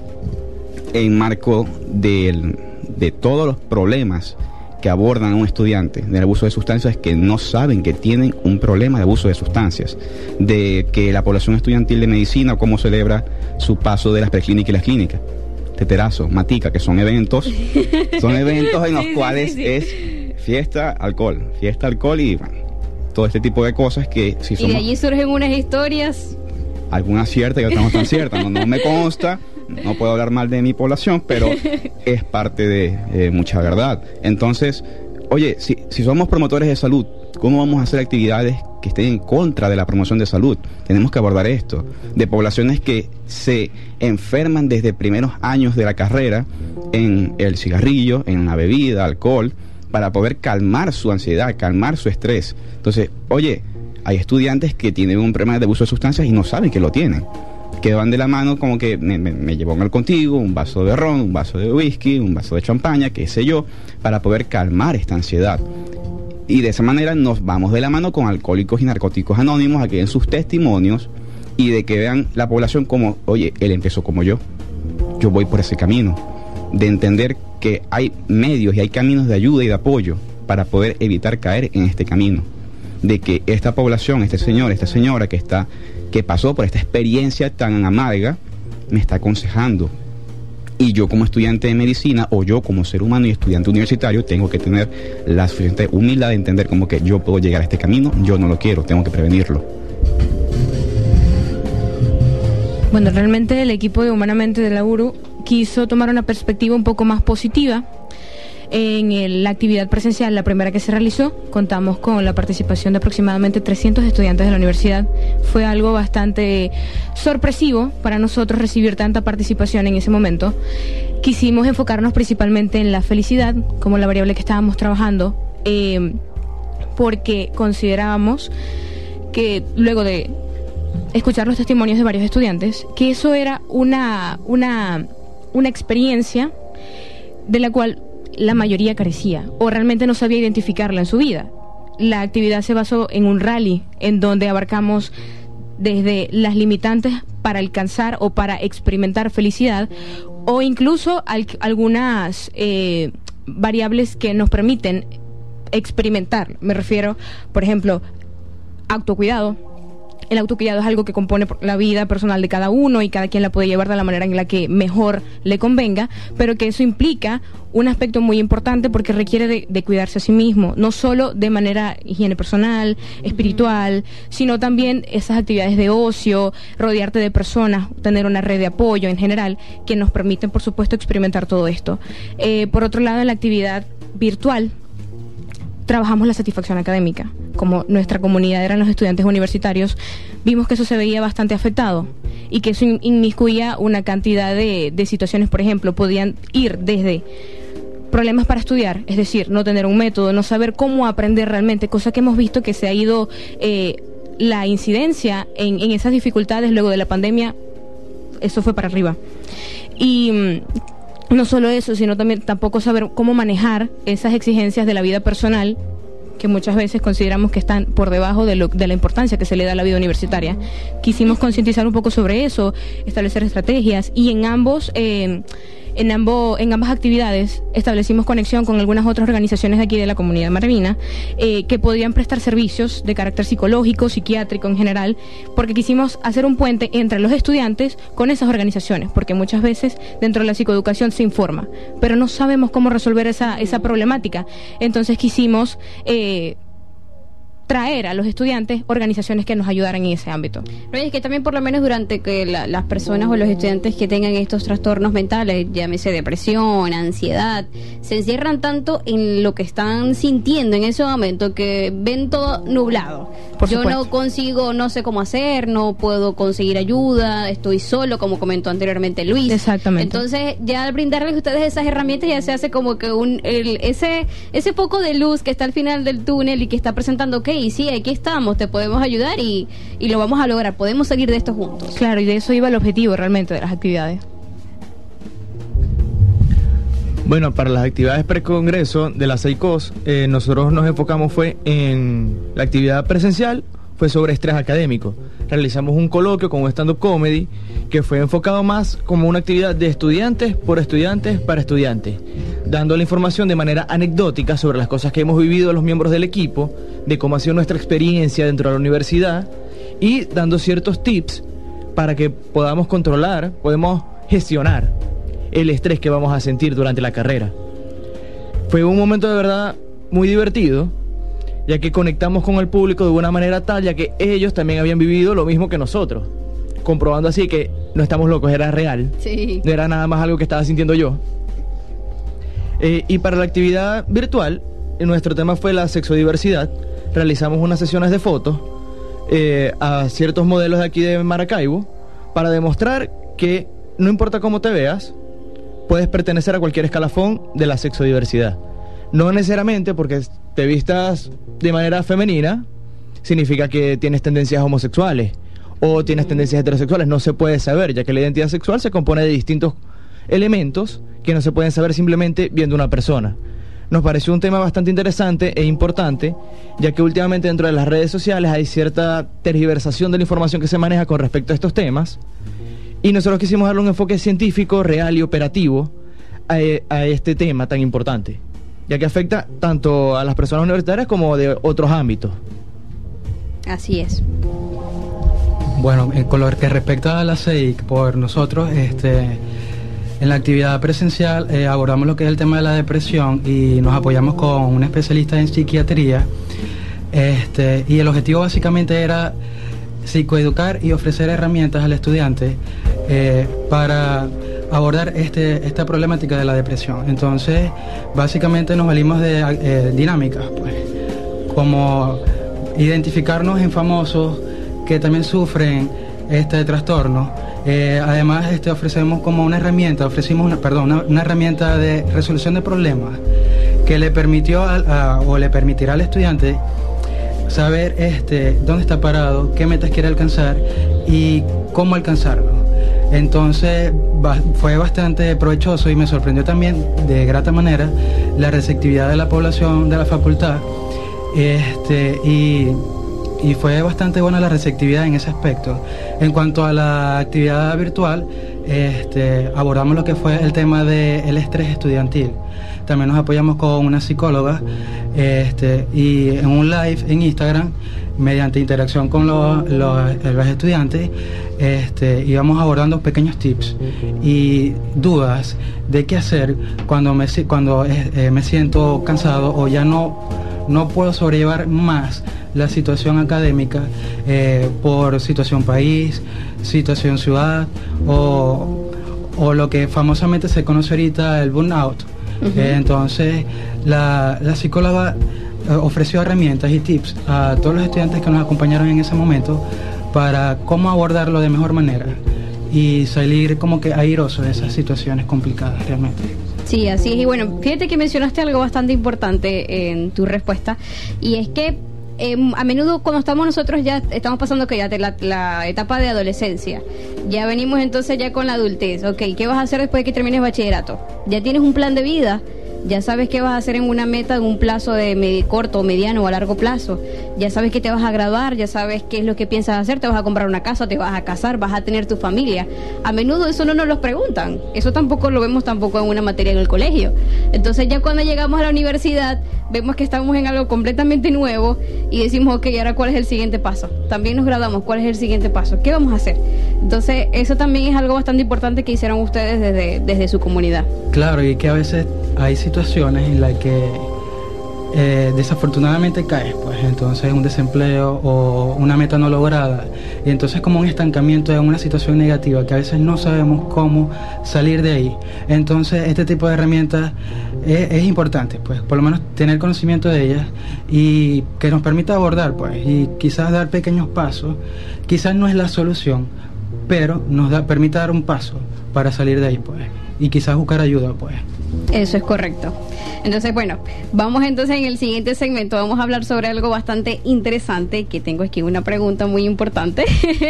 en marco de, de todos los problemas que abordan a un estudiante del abuso de sustancias, que no saben que tienen un problema de abuso de sustancias, de que la población estudiantil de medicina, cómo celebra su paso de las preclínicas y las clínicas, teterazo, matica, que son eventos, son eventos en los sí, cuales sí, sí, sí. es fiesta, alcohol, fiesta, alcohol y bueno, todo este tipo de cosas que si somos... Y de allí surgen unas historias... Algunas ciertas y otras no tan ciertas, no, no me consta, no puedo hablar mal de mi población, pero es parte de eh, mucha verdad. Entonces, oye, si, si somos promotores de salud, ¿cómo vamos a hacer actividades que estén en contra de la promoción de salud? Tenemos que abordar esto, de poblaciones que se enferman desde primeros años de la carrera en el cigarrillo, en la bebida, alcohol, para poder calmar su ansiedad, calmar su estrés. Entonces, oye, hay estudiantes que tienen un problema de abuso de sustancias y no saben que lo tienen, que van de la mano como que me, me, me llevo mal contigo, un vaso de ron, un vaso de whisky, un vaso de champaña, qué sé yo, para poder calmar esta ansiedad. Y de esa manera nos vamos de la mano con alcohólicos y narcóticos anónimos a que den sus testimonios y de que vean la población como, oye, él empezó como yo, yo voy por ese camino, de entender que hay medios y hay caminos de ayuda y de apoyo para poder evitar caer en este camino, de que esta población, este señor, esta señora que está, que pasó por esta experiencia tan amarga, me está aconsejando. Y yo como estudiante de medicina, o yo como ser humano y estudiante universitario, tengo que tener la suficiente humildad de entender como que yo puedo llegar a este camino, yo no lo quiero, tengo que prevenirlo. Bueno, realmente el equipo de Humanamente de la U R U quiso tomar una perspectiva un poco más positiva. En el, la actividad presencial, la primera que se realizó, contamos con la participación de aproximadamente trescientos estudiantes de la universidad. Fue algo bastante sorpresivo para nosotros recibir tanta participación en ese momento. Quisimos enfocarnos principalmente en la felicidad, como la variable que estábamos trabajando, eh, porque considerábamos que luego de escuchar los testimonios de varios estudiantes, que eso era una, una, una experiencia de la cual la mayoría carecía o realmente no sabía identificarla en su vida. La actividad se basó en un rally en donde abarcamos desde las limitantes para alcanzar o para experimentar felicidad o incluso al, algunas eh, variables que nos permiten experimentar. Me refiero, por ejemplo, autocuidado. El autocuidado es algo que compone la vida personal de cada uno y cada quien la puede llevar de la manera en la que mejor le convenga, pero que eso implica un aspecto muy importante porque requiere de, de cuidarse a sí mismo, no solo de manera higiene personal, espiritual, sino también esas actividades de ocio, rodearte de personas, tener una red de apoyo en general, que nos permiten, por supuesto, experimentar todo esto. Eh, por otro lado, en la actividad virtual, trabajamos la satisfacción académica. Como nuestra comunidad eran los estudiantes universitarios, vimos que eso se veía bastante afectado y que eso inmiscuía una cantidad de, de situaciones. Por ejemplo, podían ir desde problemas para estudiar, es decir, no tener un método, no saber cómo aprender realmente, cosa que hemos visto que se ha ido eh, la incidencia en, en esas dificultades luego de la pandemia, eso fue para arriba. Y no solo eso, sino también tampoco saber cómo manejar esas exigencias de la vida personal, que muchas veces consideramos que están por debajo de, lo, de la importancia que se le da a la vida universitaria. Quisimos concientizar un poco sobre eso, establecer estrategias, y en ambos, eh, en ambos, en ambas actividades establecimos conexión con algunas otras organizaciones de aquí de la comunidad marvina, eh, que podían prestar servicios de carácter psicológico, psiquiátrico en general, porque quisimos hacer un puente entre los estudiantes con esas organizaciones, porque muchas veces dentro de la psicoeducación se informa, pero no sabemos cómo resolver esa, esa problemática. Entonces quisimos eh, traer a los estudiantes organizaciones que nos ayudaran en ese ámbito. No, y es que también por lo menos durante que la, las personas o los estudiantes que tengan estos trastornos mentales, llámese depresión, ansiedad, se encierran tanto en lo que están sintiendo en ese momento que ven todo nublado. Por Yo supuesto. no consigo, no sé cómo hacer, no puedo conseguir ayuda, estoy solo, como comentó anteriormente Luis. Exactamente. Entonces, ya al brindarles a ustedes esas herramientas, ya se hace como que un el, ese ese poco de luz que está al final del túnel y que está presentando, ok, y sí, aquí estamos, te podemos ayudar y, y lo vamos a lograr, podemos salir de esto juntos. Claro, y de eso iba el objetivo realmente de las actividades. Bueno, para las actividades precongreso de la SEICOS, eh, nosotros nos enfocamos fue en la actividad presencial, fue sobre estrés académico. Realizamos un coloquio con un stand-up comedy que fue enfocado más como una actividad de estudiantes por estudiantes para estudiantes, dando la información de manera anecdótica sobre las cosas que hemos vivido los miembros del equipo, de cómo ha sido nuestra experiencia dentro de la universidad y dando ciertos tips para que podamos controlar, podemos gestionar el estrés que vamos a sentir durante la carrera. Fue un momento de verdad muy divertido, ya que conectamos con el público de una manera tal, ya que ellos también habían vivido lo mismo que nosotros, comprobando así que no estamos locos, era real, sí. No era nada más algo que estaba sintiendo yo. Eh, y para la actividad virtual, nuestro tema fue la sexodiversidad. Realizamos unas sesiones de fotos eh, a ciertos modelos de aquí de Maracaibo para demostrar que no importa cómo te veas, puedes pertenecer a cualquier escalafón de la sexodiversidad. No necesariamente porque te vistas de manera femenina significa que tienes tendencias homosexuales o tienes tendencias heterosexuales. No se puede saber, ya que la identidad sexual se compone de distintos elementos que no se pueden saber simplemente viendo una persona. Nos pareció un tema bastante interesante e importante, ya que últimamente dentro de las redes sociales hay cierta tergiversación de la información que se maneja con respecto a estos temas, y nosotros quisimos darle un enfoque científico, real y operativo a, a este tema tan importante, ya que afecta tanto a las personas universitarias como de otros ámbitos. Así es. Bueno, en con lo que respecta a la S E I C, por nosotros, este, en la actividad presencial eh, abordamos lo que es el tema de la depresión y nos apoyamos con un especialista en psiquiatría, este, y el objetivo básicamente era psicoeducar y ofrecer herramientas al estudiante eh, para abordar este, esta problemática de la depresión. Entonces, básicamente nos valimos de eh, dinámicas, pues, como identificarnos en famosos que también sufren este trastorno. Eh, además, este, ofrecemos como una herramienta, ofrecimos una, perdón, una, una herramienta de resolución de problemas que le permitió a, a, o le permitirá al estudiante saber este, dónde está parado, qué metas quiere alcanzar y cómo alcanzarlo. Entonces ba- fue bastante provechoso y me sorprendió también de grata manera la receptividad de la población de la facultad, este, y, y fue bastante buena la receptividad en ese aspecto. En cuanto a la actividad virtual, este, abordamos lo que fue el tema del estrés estudiantil. También nos apoyamos con una psicóloga, este, y en un live en Instagram, mediante interacción con los, los, los estudiantes, este, íbamos abordando pequeños tips y dudas de qué hacer cuando me, cuando, eh, me siento cansado o ya no, no puedo sobrellevar más la situación académica, eh, por situación país, situación ciudad o, o lo que famosamente se conoce ahorita el burnout. Uh-huh. Eh, entonces la, la psicóloga eh, ofreció herramientas y tips a todos los estudiantes que nos acompañaron en ese momento para cómo abordarlo de mejor manera y salir como que airoso de esas situaciones complicadas realmente. Sí, así es. Y bueno, fíjate que mencionaste algo bastante importante en tu respuesta, y es que Eh, a menudo cuando estamos nosotros ya estamos pasando que ya de la, la etapa de adolescencia, ya venimos entonces ya con la adultez. Ok, ¿qué vas a hacer después de que termines bachillerato? Ya tienes un plan de vida, ya sabes qué vas a hacer en una meta, en un plazo de medio, corto, mediano o a largo plazo. Ya sabes que te vas a graduar, ya sabes qué es lo que piensas hacer, te vas a comprar una casa, te vas a casar, vas a tener tu familia. A menudo eso no nos lo preguntan, eso tampoco lo vemos tampoco en una materia en el colegio. Entonces ya cuando llegamos a la universidad vemos que estamos en algo completamente nuevo y decimos, ok, ahora ¿cuál es el siguiente paso? También nos graduamos, ¿cuál es el siguiente paso? ¿Qué vamos a hacer? Entonces eso también es algo bastante importante que hicieron ustedes desde, desde su comunidad. Claro, y que a veces hay situaciones en las que eh, desafortunadamente caes, pues entonces un desempleo o una meta no lograda, y entonces como un estancamiento en una situación negativa que a veces no sabemos cómo salir de ahí. Entonces este tipo de herramientas es, es importante, pues por lo menos tener conocimiento de ellas y que nos permita abordar, pues, y quizás dar pequeños pasos. Quizás no es la solución, pero nos da, permite dar un paso para salir de ahí, pues, y quizás buscar ayuda, pues. Eso es correcto. Entonces, bueno, vamos entonces en el siguiente segmento, vamos a hablar sobre algo bastante interesante, que tengo aquí una pregunta muy importante,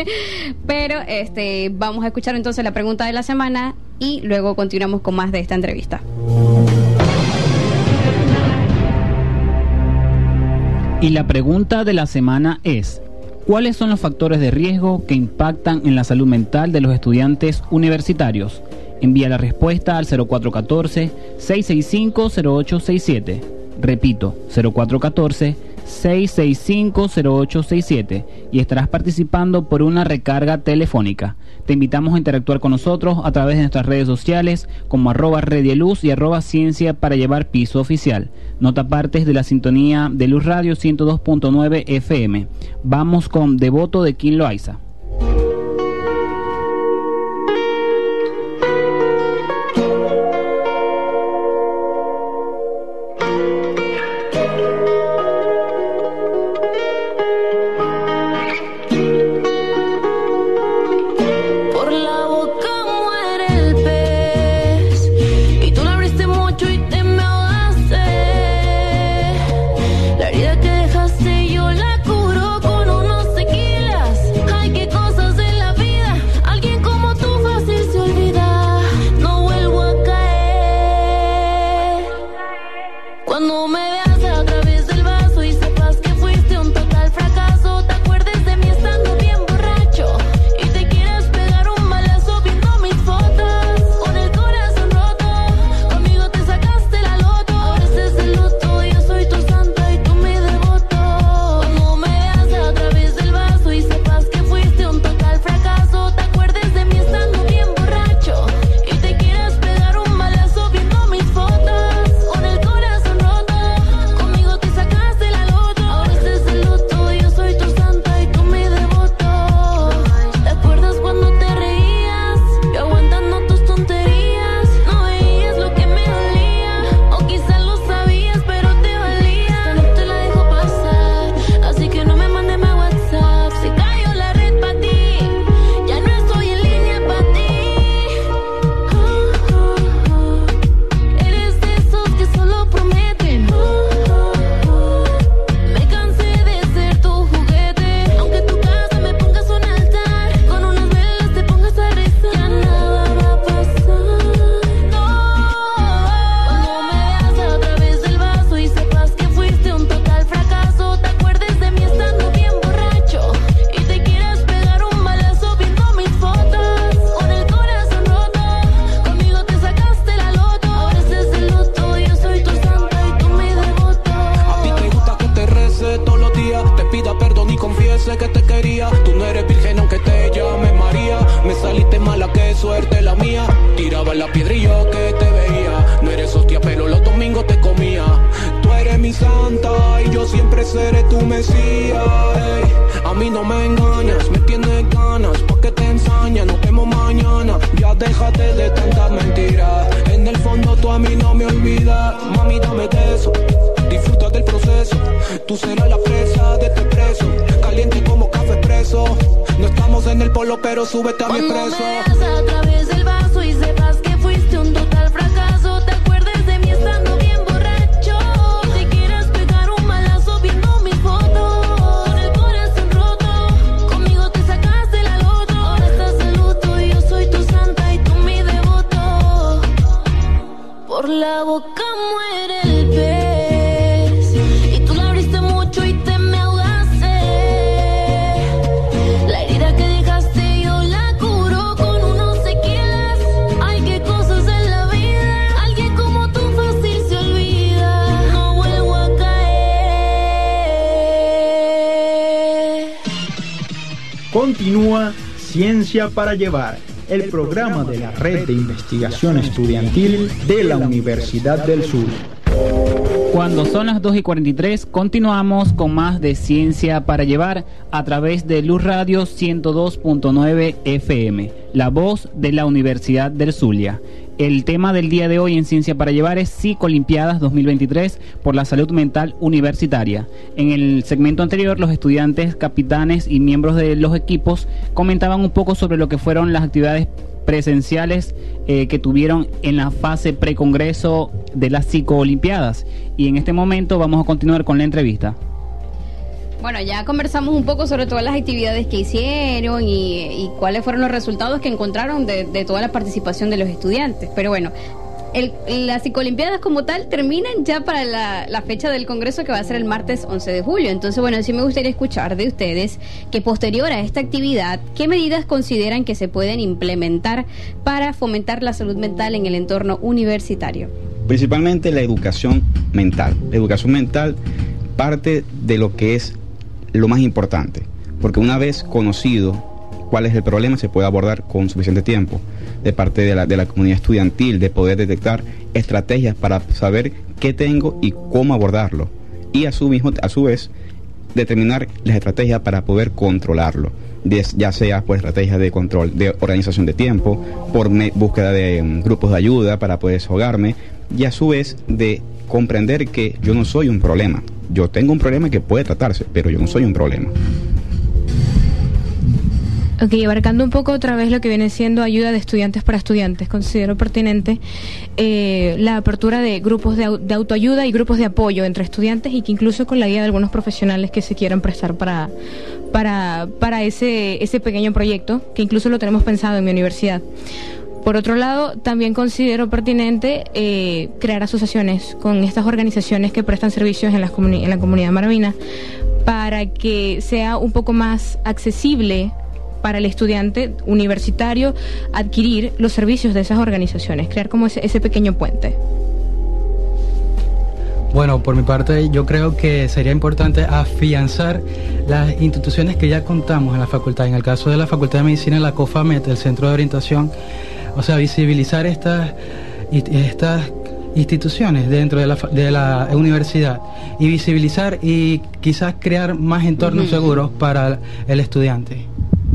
pero este, vamos a escuchar entonces la pregunta de la semana y luego continuamos con más de esta entrevista. Y la pregunta de la semana es: ¿cuáles son los factores de riesgo que impactan en la salud mental de los estudiantes universitarios? Envía la respuesta al cero cuatro uno cuatro, seis seis cinco, cero ocho seis siete. Repito, cero cuatro uno cuatro, seis seis cinco, cero ocho seis siete, y estarás participando por una recarga telefónica. Te invitamos a interactuar con nosotros a través de nuestras redes sociales como arroba Redieluz y arroba Ciencia para Llevar Piso Oficial. No te apartes de la sintonía de Luz Radio ciento dos punto nueve F M. Vamos con Devoto de King Loaiza. siempre seré tu mesías. Ey, a mí no me engañas, me tienes ganas, pa' que te ensañas, nos vemos mañana. Ya déjate de tantas mentiras, en el fondo tú a mí no me olvidas. Mami, dame de eso, disfruta del proceso. Tú serás la presa de este preso, caliente como café expreso. No estamos en el polo, pero súbete a mi Cuando expreso. me veas a través del vaso y sepas que fuiste un total fracaso, te acuerdes de mí estando bien borracho. Te quieras pegar un balazo viendo mis fotos, con el corazón roto. Conmigo te sacaste la loto, ahora estás de luto y yo soy tu santa y tú mi devoto. Por la boca muere el pez y tú la abriste mucho y te me ahogaste. La herida que dejaste yo la curo con unos sequelas. Ay, qué cosas en la vida, alguien como tú fácil se olvida. No vuelvo a caer. Continúa Ciencia para Llevar, el programa de la Red de Investigación Estudiantil de la Universidad del Sur. Cuando son las dos y cuarenta y tres, continuamos con más de Ciencia para Llevar a través de Luz Radio ciento dos punto nueve F M, la voz de la Universidad del Zulia. El tema del día de hoy en Ciencia para Llevar es Psicolimpiadas dos mil veintitrés por la salud mental universitaria. En el segmento anterior, los estudiantes, capitanes y miembros de los equipos comentaban un poco sobre lo que fueron las actividades presenciales eh, que tuvieron en la fase precongreso de las psicolimpiadas. Y en este momento vamos a continuar con la entrevista. Bueno, ya conversamos un poco sobre todas las actividades que hicieron y, y cuáles fueron los resultados que encontraron de, de toda la participación de los estudiantes. Pero bueno, el, las psicolimpiadas como tal terminan ya para la, la fecha del congreso, que va a ser el martes once de julio. Entonces, bueno, sí me gustaría escuchar de ustedes que posterior a esta actividad, ¿qué medidas consideran que se pueden implementar para fomentar la salud mental en el entorno universitario? Principalmente la educación mental. La educación mental parte de lo que es lo más importante, porque una vez conocido cuál es el problema, se puede abordar con suficiente tiempo de parte de la, de la comunidad estudiantil, de poder detectar estrategias para saber qué tengo y cómo abordarlo, y a su, mismo, a su vez determinar las estrategias para poder controlarlo, de, ya sea por estrategias de control, de organización de tiempo, por me, búsqueda de um, grupos de ayuda para poder desahogarme, y a su vez de comprender que yo no soy un problema. Yo tengo un problema que puede tratarse, pero yo no soy un problema. Ok, abarcando un poco otra vez lo que viene siendo ayuda de estudiantes para estudiantes, considero pertinente eh, la apertura de grupos de, au de autoayuda y grupos de apoyo entre estudiantes, y que incluso con la guía de algunos profesionales que se quieran prestar para, para, para ese, ese pequeño proyecto, que incluso lo tenemos pensado en mi universidad. Por otro lado, también considero pertinente eh, crear asociaciones con estas organizaciones que prestan servicios en, las comuni en la comunidad maravina, para que sea un poco más accesible para el estudiante universitario adquirir los servicios de esas organizaciones, crear como ese, ese pequeño puente. Bueno, por mi parte yo creo que sería importante afianzar las instituciones que ya contamos en la facultad. En el caso de la Facultad de Medicina, la COFAMET, el Centro de Orientación, o sea, visibilizar estas, estas instituciones dentro de la, de la universidad, y visibilizar y quizás crear más entornos uh-huh. seguros para el estudiante.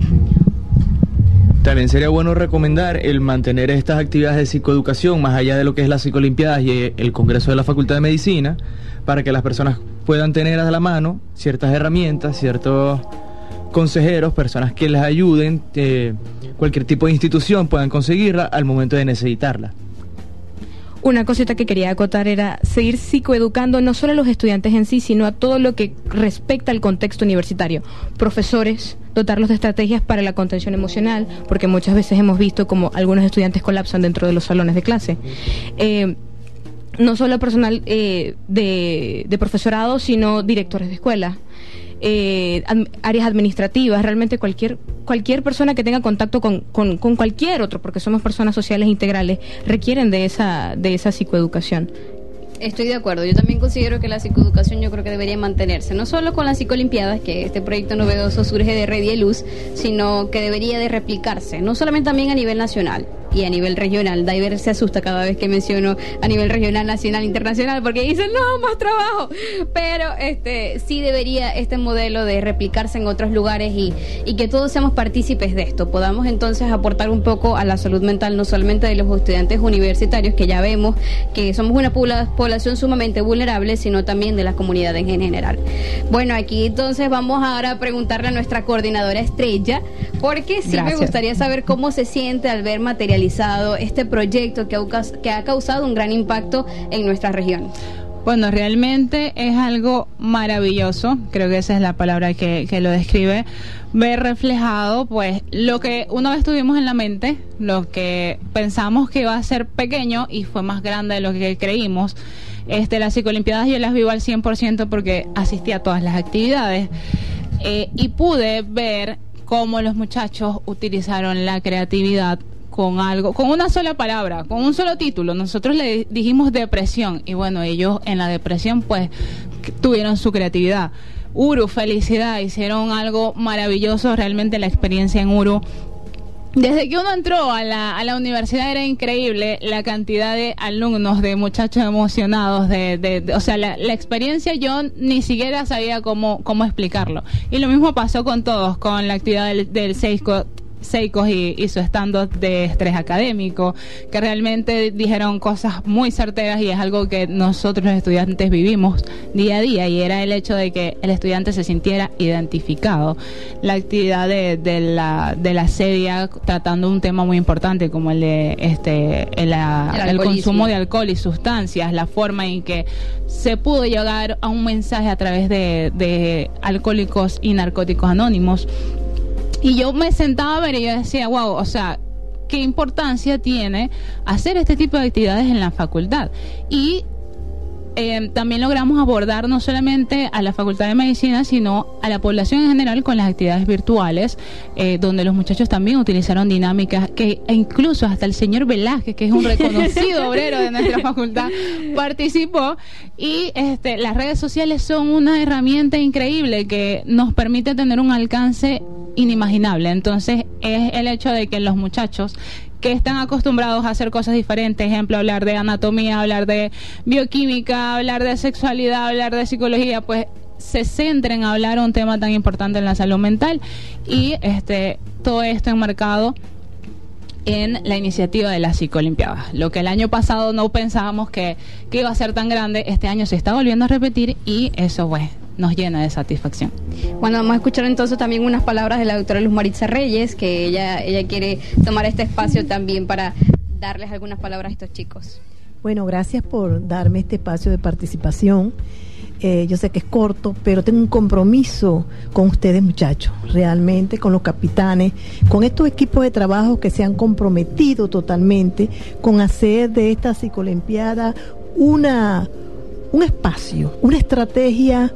También sería bueno recomendar el mantener estas actividades de psicoeducación más allá de lo que es las psicolimpiadas y el Congreso de la Facultad de Medicina, para que las personas puedan tener a la mano ciertas herramientas, ciertos consejeros, personas que les ayuden, eh, cualquier tipo de institución puedan conseguirla al momento de necesitarla. Una cosita que quería acotar era seguir psicoeducando no solo a los estudiantes en sí, sino a todo lo que respecta al contexto universitario. Profesores, dotarlos de estrategias para la contención emocional, porque muchas veces hemos visto como algunos estudiantes colapsan dentro de los salones de clase. Eh, no solo personal eh, de, de profesorado, sino directores de escuela. Eh, ad, áreas administrativas, realmente cualquier cualquier persona que tenga contacto con, con, con cualquier otro, porque somos personas sociales integrales, requieren de esa de esa psicoeducación. Estoy de acuerdo, yo también considero que la psicoeducación yo creo que debería mantenerse, no solo con las psicolimpiadas, que este proyecto novedoso surge de Red y Luz, sino que debería de replicarse, no solamente también a nivel nacional. y a nivel regional. Daiver se asusta cada vez que menciono a nivel regional, nacional, internacional, porque dicen, no, más trabajo. Pero este sí debería este modelo de replicarse en otros lugares y, y que todos seamos partícipes de esto. Podamos entonces aportar un poco a la salud mental, no solamente de los estudiantes universitarios, que ya vemos que somos una pobla- población sumamente vulnerable, sino también de la comunidad en general. Bueno, aquí entonces vamos ahora a preguntarle a nuestra coordinadora Estrella, porque sí Gracias. me gustaría saber cómo se siente al ver materializado este proyecto que ha, que ha causado un gran impacto en nuestra región. Bueno, realmente es algo maravilloso, creo que esa es la palabra que, que lo describe, ver reflejado pues lo que una vez tuvimos en la mente, lo que pensamos que iba a ser pequeño y fue más grande de lo que creímos. Este, las psicolimpiadas yo las vivo al cien por ciento porque asistí a todas las actividades eh, y pude ver cómo los muchachos utilizaron la creatividad con algo, con una sola palabra, con un solo título. Nosotros le dijimos depresión y bueno, ellos en la depresión pues tuvieron su creatividad. Uru, felicidad, hicieron algo maravilloso, realmente la experiencia en Uru. Desde que uno entró a la, a la universidad era increíble la cantidad de alumnos, de muchachos emocionados, de, de, de o sea, la, la experiencia yo ni siquiera sabía cómo, cómo explicarlo. Y lo mismo pasó con todos, con la actividad del, del Seisco, Seicos y, y su stand-up de estrés académico, que realmente dijeron cosas muy certeras y es algo que nosotros los estudiantes vivimos día a día, y era el hecho de que el estudiante se sintiera identificado. La actividad de, de la de la sedia tratando un tema muy importante como el de este el, el, el consumo de alcohol y sustancias, la forma en que se pudo llegar a un mensaje a través de, de Alcohólicos y Narcóticos Anónimos. Y yo me sentaba a ver y yo decía, wow, o sea, qué importancia tiene hacer este tipo de actividades en la facultad. Y eh, también logramos abordar no solamente a la Facultad de Medicina, sino a la población en general con las actividades virtuales, eh, donde los muchachos también utilizaron dinámicas que e incluso hasta el señor Velázquez, que es un reconocido obrero de nuestra facultad, participó. Y este, las redes sociales son una herramienta increíble que nos permite tener un alcance inimaginable. Entonces es el hecho de que los muchachos que están acostumbrados a hacer cosas diferentes, ejemplo, hablar de anatomía, hablar de bioquímica, hablar de sexualidad, hablar de psicología, pues se centren a hablar un tema tan importante en la salud mental, y este todo esto enmarcado en la iniciativa de las psicolimpiadas. Lo que el año pasado no pensábamos que, que iba a ser tan grande, este año se está volviendo a repetir y eso pues nos llena de satisfacción. Bueno, vamos a escuchar entonces también unas palabras de la doctora Luz Maritza Reyes, que ella, ella quiere tomar este espacio también para darles algunas palabras a estos chicos. Bueno, gracias por darme este espacio de participación. Eh, yo sé que es corto, pero tengo un compromiso con ustedes, muchachos, realmente con los capitanes, con estos equipos de trabajo que se han comprometido totalmente con hacer de esta psicolimpiada una, un espacio, una estrategia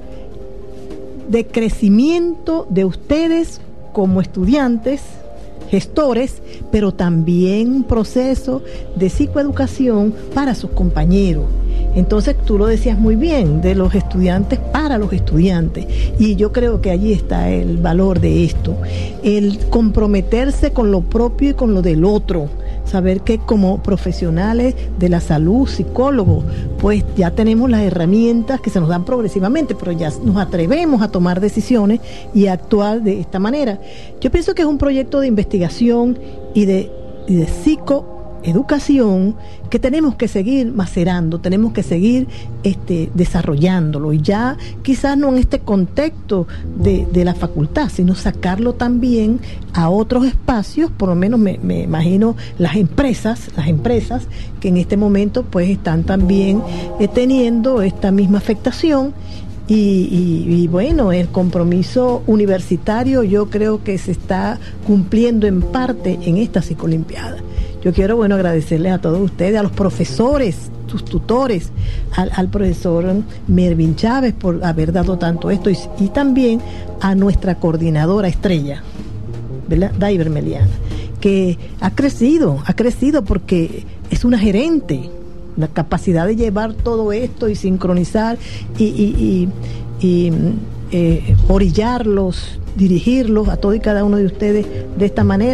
de crecimiento de ustedes como estudiantes, gestores, pero también un proceso de psicoeducación para sus compañeros. Entonces tú lo decías muy bien, de los estudiantes para los estudiantes, y yo creo que allí está el valor de esto, el comprometerse con lo propio y con lo del otro, saber que como profesionales de la salud, psicólogos, pues ya tenemos las herramientas que se nos dan progresivamente, pero ya nos atrevemos a tomar decisiones y a actuar de esta manera. Yo pienso que es un proyecto de investigación y de, y de psicoeducación que tenemos que seguir macerando, tenemos que seguir este, desarrollándolo, y ya quizás no en este contexto de, de la facultad, sino sacarlo también a otros espacios, por lo menos me, me imagino las empresas, las empresas que en este momento pues están también eh, teniendo esta misma afectación. Y, y, y bueno, el compromiso universitario yo creo que se está cumpliendo en parte en esta psicolimpiada. Yo quiero, bueno, agradecerles a todos ustedes, a los profesores, sus tutores, al, al profesor Mervin Chávez por haber dado tanto esto, y, y también a nuestra coordinadora estrella, ¿verdad? Daiver Meliana, que ha crecido, ha crecido porque es una gerente. La capacidad de llevar todo esto y sincronizar y, y, y, y eh, orillarlos, dirigirlos a todos y cada uno de ustedes de esta manera,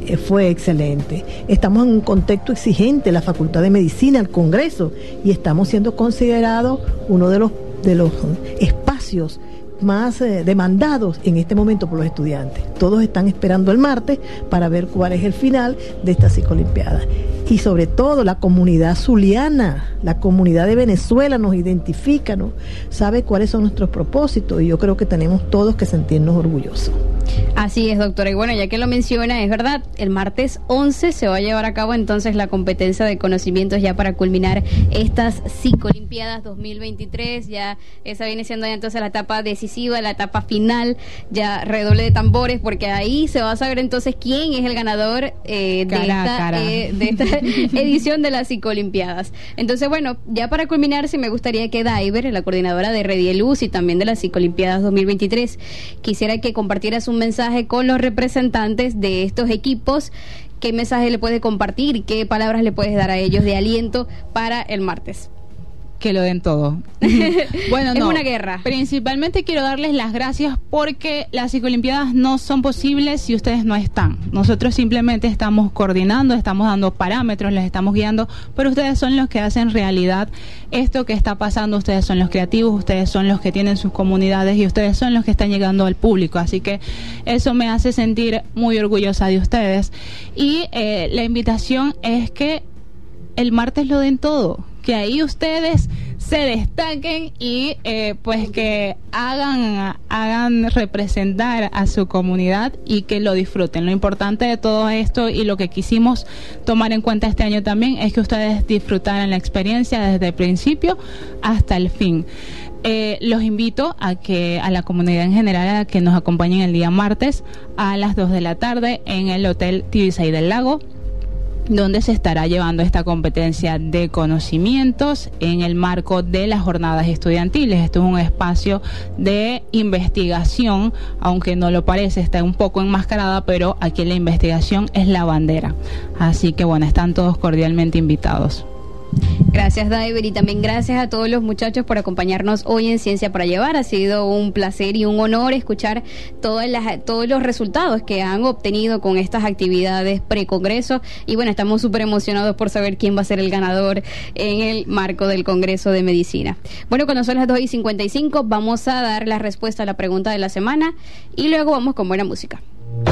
eh, fue excelente. Estamos en un contexto exigente, la Facultad de Medicina, el Congreso, y estamos siendo considerados uno de los, de los espacios más eh, demandados en este momento por los estudiantes. Todos están esperando el martes para ver cuál es el final de esta psicolimpiada. Y sobre todo la comunidad zuliana, la comunidad de Venezuela nos identifica, ¿no? Sabe cuáles son nuestros propósitos, y yo creo que tenemos todos que sentirnos orgullosos. Así es, doctora. Y bueno, ya que lo menciona, es verdad, el martes once se va a llevar a cabo entonces la competencia de conocimientos ya para culminar estas psicolimpiadas dos mil veintitrés. Ya esa viene siendo ya entonces la etapa decisiva, la etapa final. Ya redoble de tambores, porque ahí se va a saber entonces quién es el ganador eh, de, cara, esta, cara. Eh, de esta edición de las psicolimpiadas. Entonces, bueno, ya para culminar, sí me gustaría que Daiver, la coordinadora de Redieluz y también de las psicolimpiadas dos mil veintitrés, quisiera que compartieras un mensaje con los representantes de estos equipos. ¿Qué mensaje le puedes compartir? ¿Qué palabras le puedes dar a ellos de aliento para el martes? Que lo den todo. Bueno, es no. una guerra. Principalmente quiero darles las gracias porque las psicolimpiadas no son posibles si ustedes no están. Nosotros simplemente estamos coordinando, estamos dando parámetros, les estamos guiando, pero ustedes son los que hacen realidad esto que está pasando. Ustedes son los creativos, ustedes son los que tienen sus comunidades y ustedes son los que están llegando al público. Así que eso me hace sentir muy orgullosa de ustedes. Y eh, la invitación es que el martes lo den todo, que ahí ustedes se destaquen y eh, pues que hagan hagan representar a su comunidad y que lo disfruten. Lo importante de todo esto y lo que quisimos tomar en cuenta este año también es que ustedes disfrutaran la experiencia desde el principio hasta el fin. Eh, los invito a que a la comunidad en general a que nos acompañen el día martes a las dos de la tarde en el Hotel Tibisay del Lago, donde se estará llevando esta competencia de conocimientos en el marco de las jornadas estudiantiles. Esto es un espacio de investigación, aunque no lo parece, está un poco enmascarada, pero aquí la investigación es la bandera. Así que bueno, están todos cordialmente invitados. Gracias, Daiver, y también gracias a todos los muchachos por acompañarnos hoy en Ciencia para Llevar. Ha sido un placer y un honor escuchar todas las, todos los resultados que han obtenido con estas actividades pre-congreso, y bueno, estamos súper emocionados por saber quién va a ser el ganador en el marco del Congreso de Medicina. Bueno, cuando son las dos y cincuenta y cinco vamos a dar la respuesta a la pregunta de la semana y luego vamos con buena música.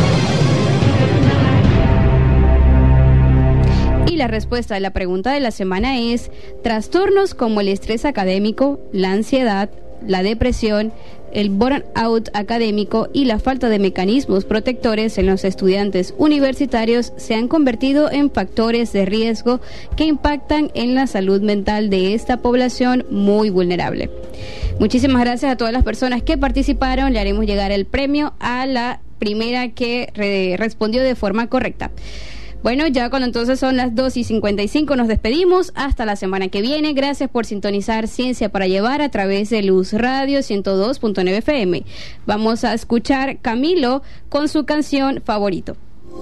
Y la respuesta de la pregunta de la semana es: trastornos como el estrés académico, la ansiedad, la depresión, el burnout académico y la falta de mecanismos protectores en los estudiantes universitarios se han convertido en factores de riesgo que impactan en la salud mental de esta población muy vulnerable. Muchísimas gracias a todas las personas que participaron. Le haremos llegar el premio a la primera que re- respondió de forma correcta. Bueno, ya cuando entonces son las dos y cincuenta y cinco nos despedimos. Hasta la semana que viene. Gracias por sintonizar Ciencia para Llevar a través de Luz Radio ciento dos punto nueve F M. Vamos a escuchar Camilo con su canción favorito.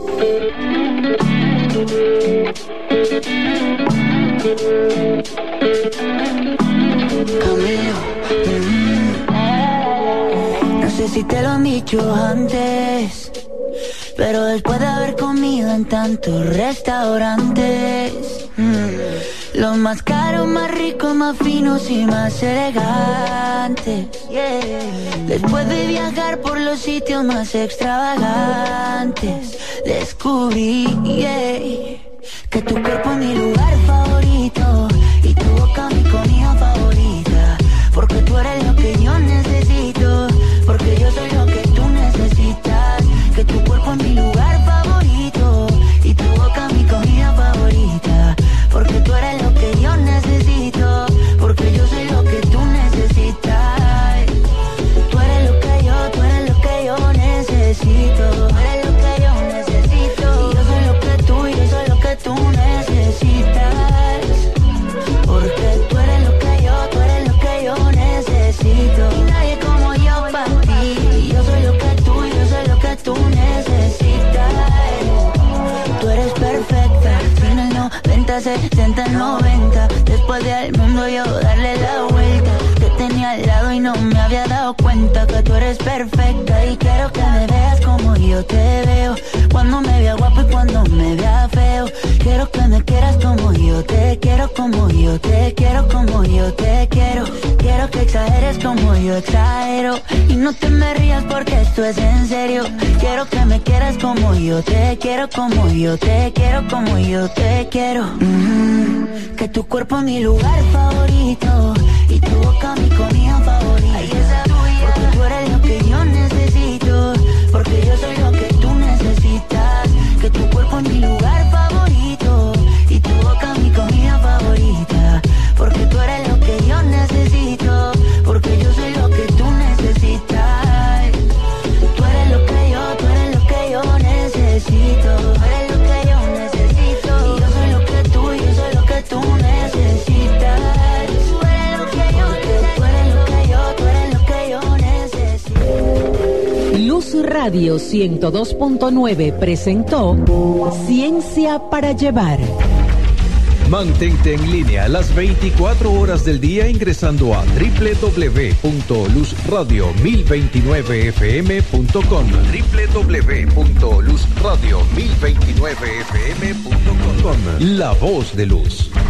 Camilo, mm, no sé si te lo han dicho antes, pero después de haber comido en tantos restaurantes, mmm, los más caros, más ricos, más finos y más elegantes, yeah. Después de viajar por los sitios más extravagantes, descubrí, yeah, que tu cuerpo es mi lugar favorito y tu boca mi comida favorita, porque tú eres lo que yo necesito, porque yo soy lo que tú necesitas. Que tu cuerpo es mi lugar favorito y tu boca mi comida favorita, porque tú eres lo que yo necesito, porque yo soy lo que tú necesitas. Tú eres lo que yo, tú eres lo que yo necesito, tú eres lo que yo necesito, y yo soy lo que tú, y yo soy lo que tú necesitas, porque tú eres lo que yo, tú eres lo que yo necesito, y nadie como yo para ti, y yo soy lo que tú, y yo soy lo que tú necesitas. Tú eres perfecta, en el noventa, setenta, noventa, después del mundo yo darle la vuelta, te tenía al lado y no me había se ha dado cuenta que tú eres perfecta y quiero que me veas como yo te veo. Cuando me vea guapo y cuando me vea feo, quiero que me quieras como yo te quiero, como yo te quiero, como yo te quiero. Quiero que exageres como yo exagero y no te me rías porque esto es en serio. Quiero que me quieras como yo te quiero, como yo te quiero, como yo te quiero. Mm-hmm. Que tu cuerpo es mi lugar favorito y tu boca mi comida favorita. Ay, esa tuya. Porque tú eres lo que yo necesito, porque yo soy lo que tú necesitas. Que tu cuerpo es mi lugar favorito y tu boca mi comida favorita. Porque tú eres lo que yo necesito, porque yo soy lo que tú necesitas. Tú eres lo que yo, tú eres lo que yo necesito. Tú eres lo que yo necesito. Y yo soy lo que tú, yo soy lo que tú necesitas. Tú eres lo que yo necesito. Tú eres lo que yo, tú eres lo que yo necesito. Luz Radio ciento dos punto nueve presentó Ciencia para Llevar. Mantente en línea las veinticuatro horas del día ingresando a doble u doble u doble u punto luz radio mil veintinueve f m punto com. doble u doble u doble u punto luz radio mil veintinueve f m punto com. La voz de Luz.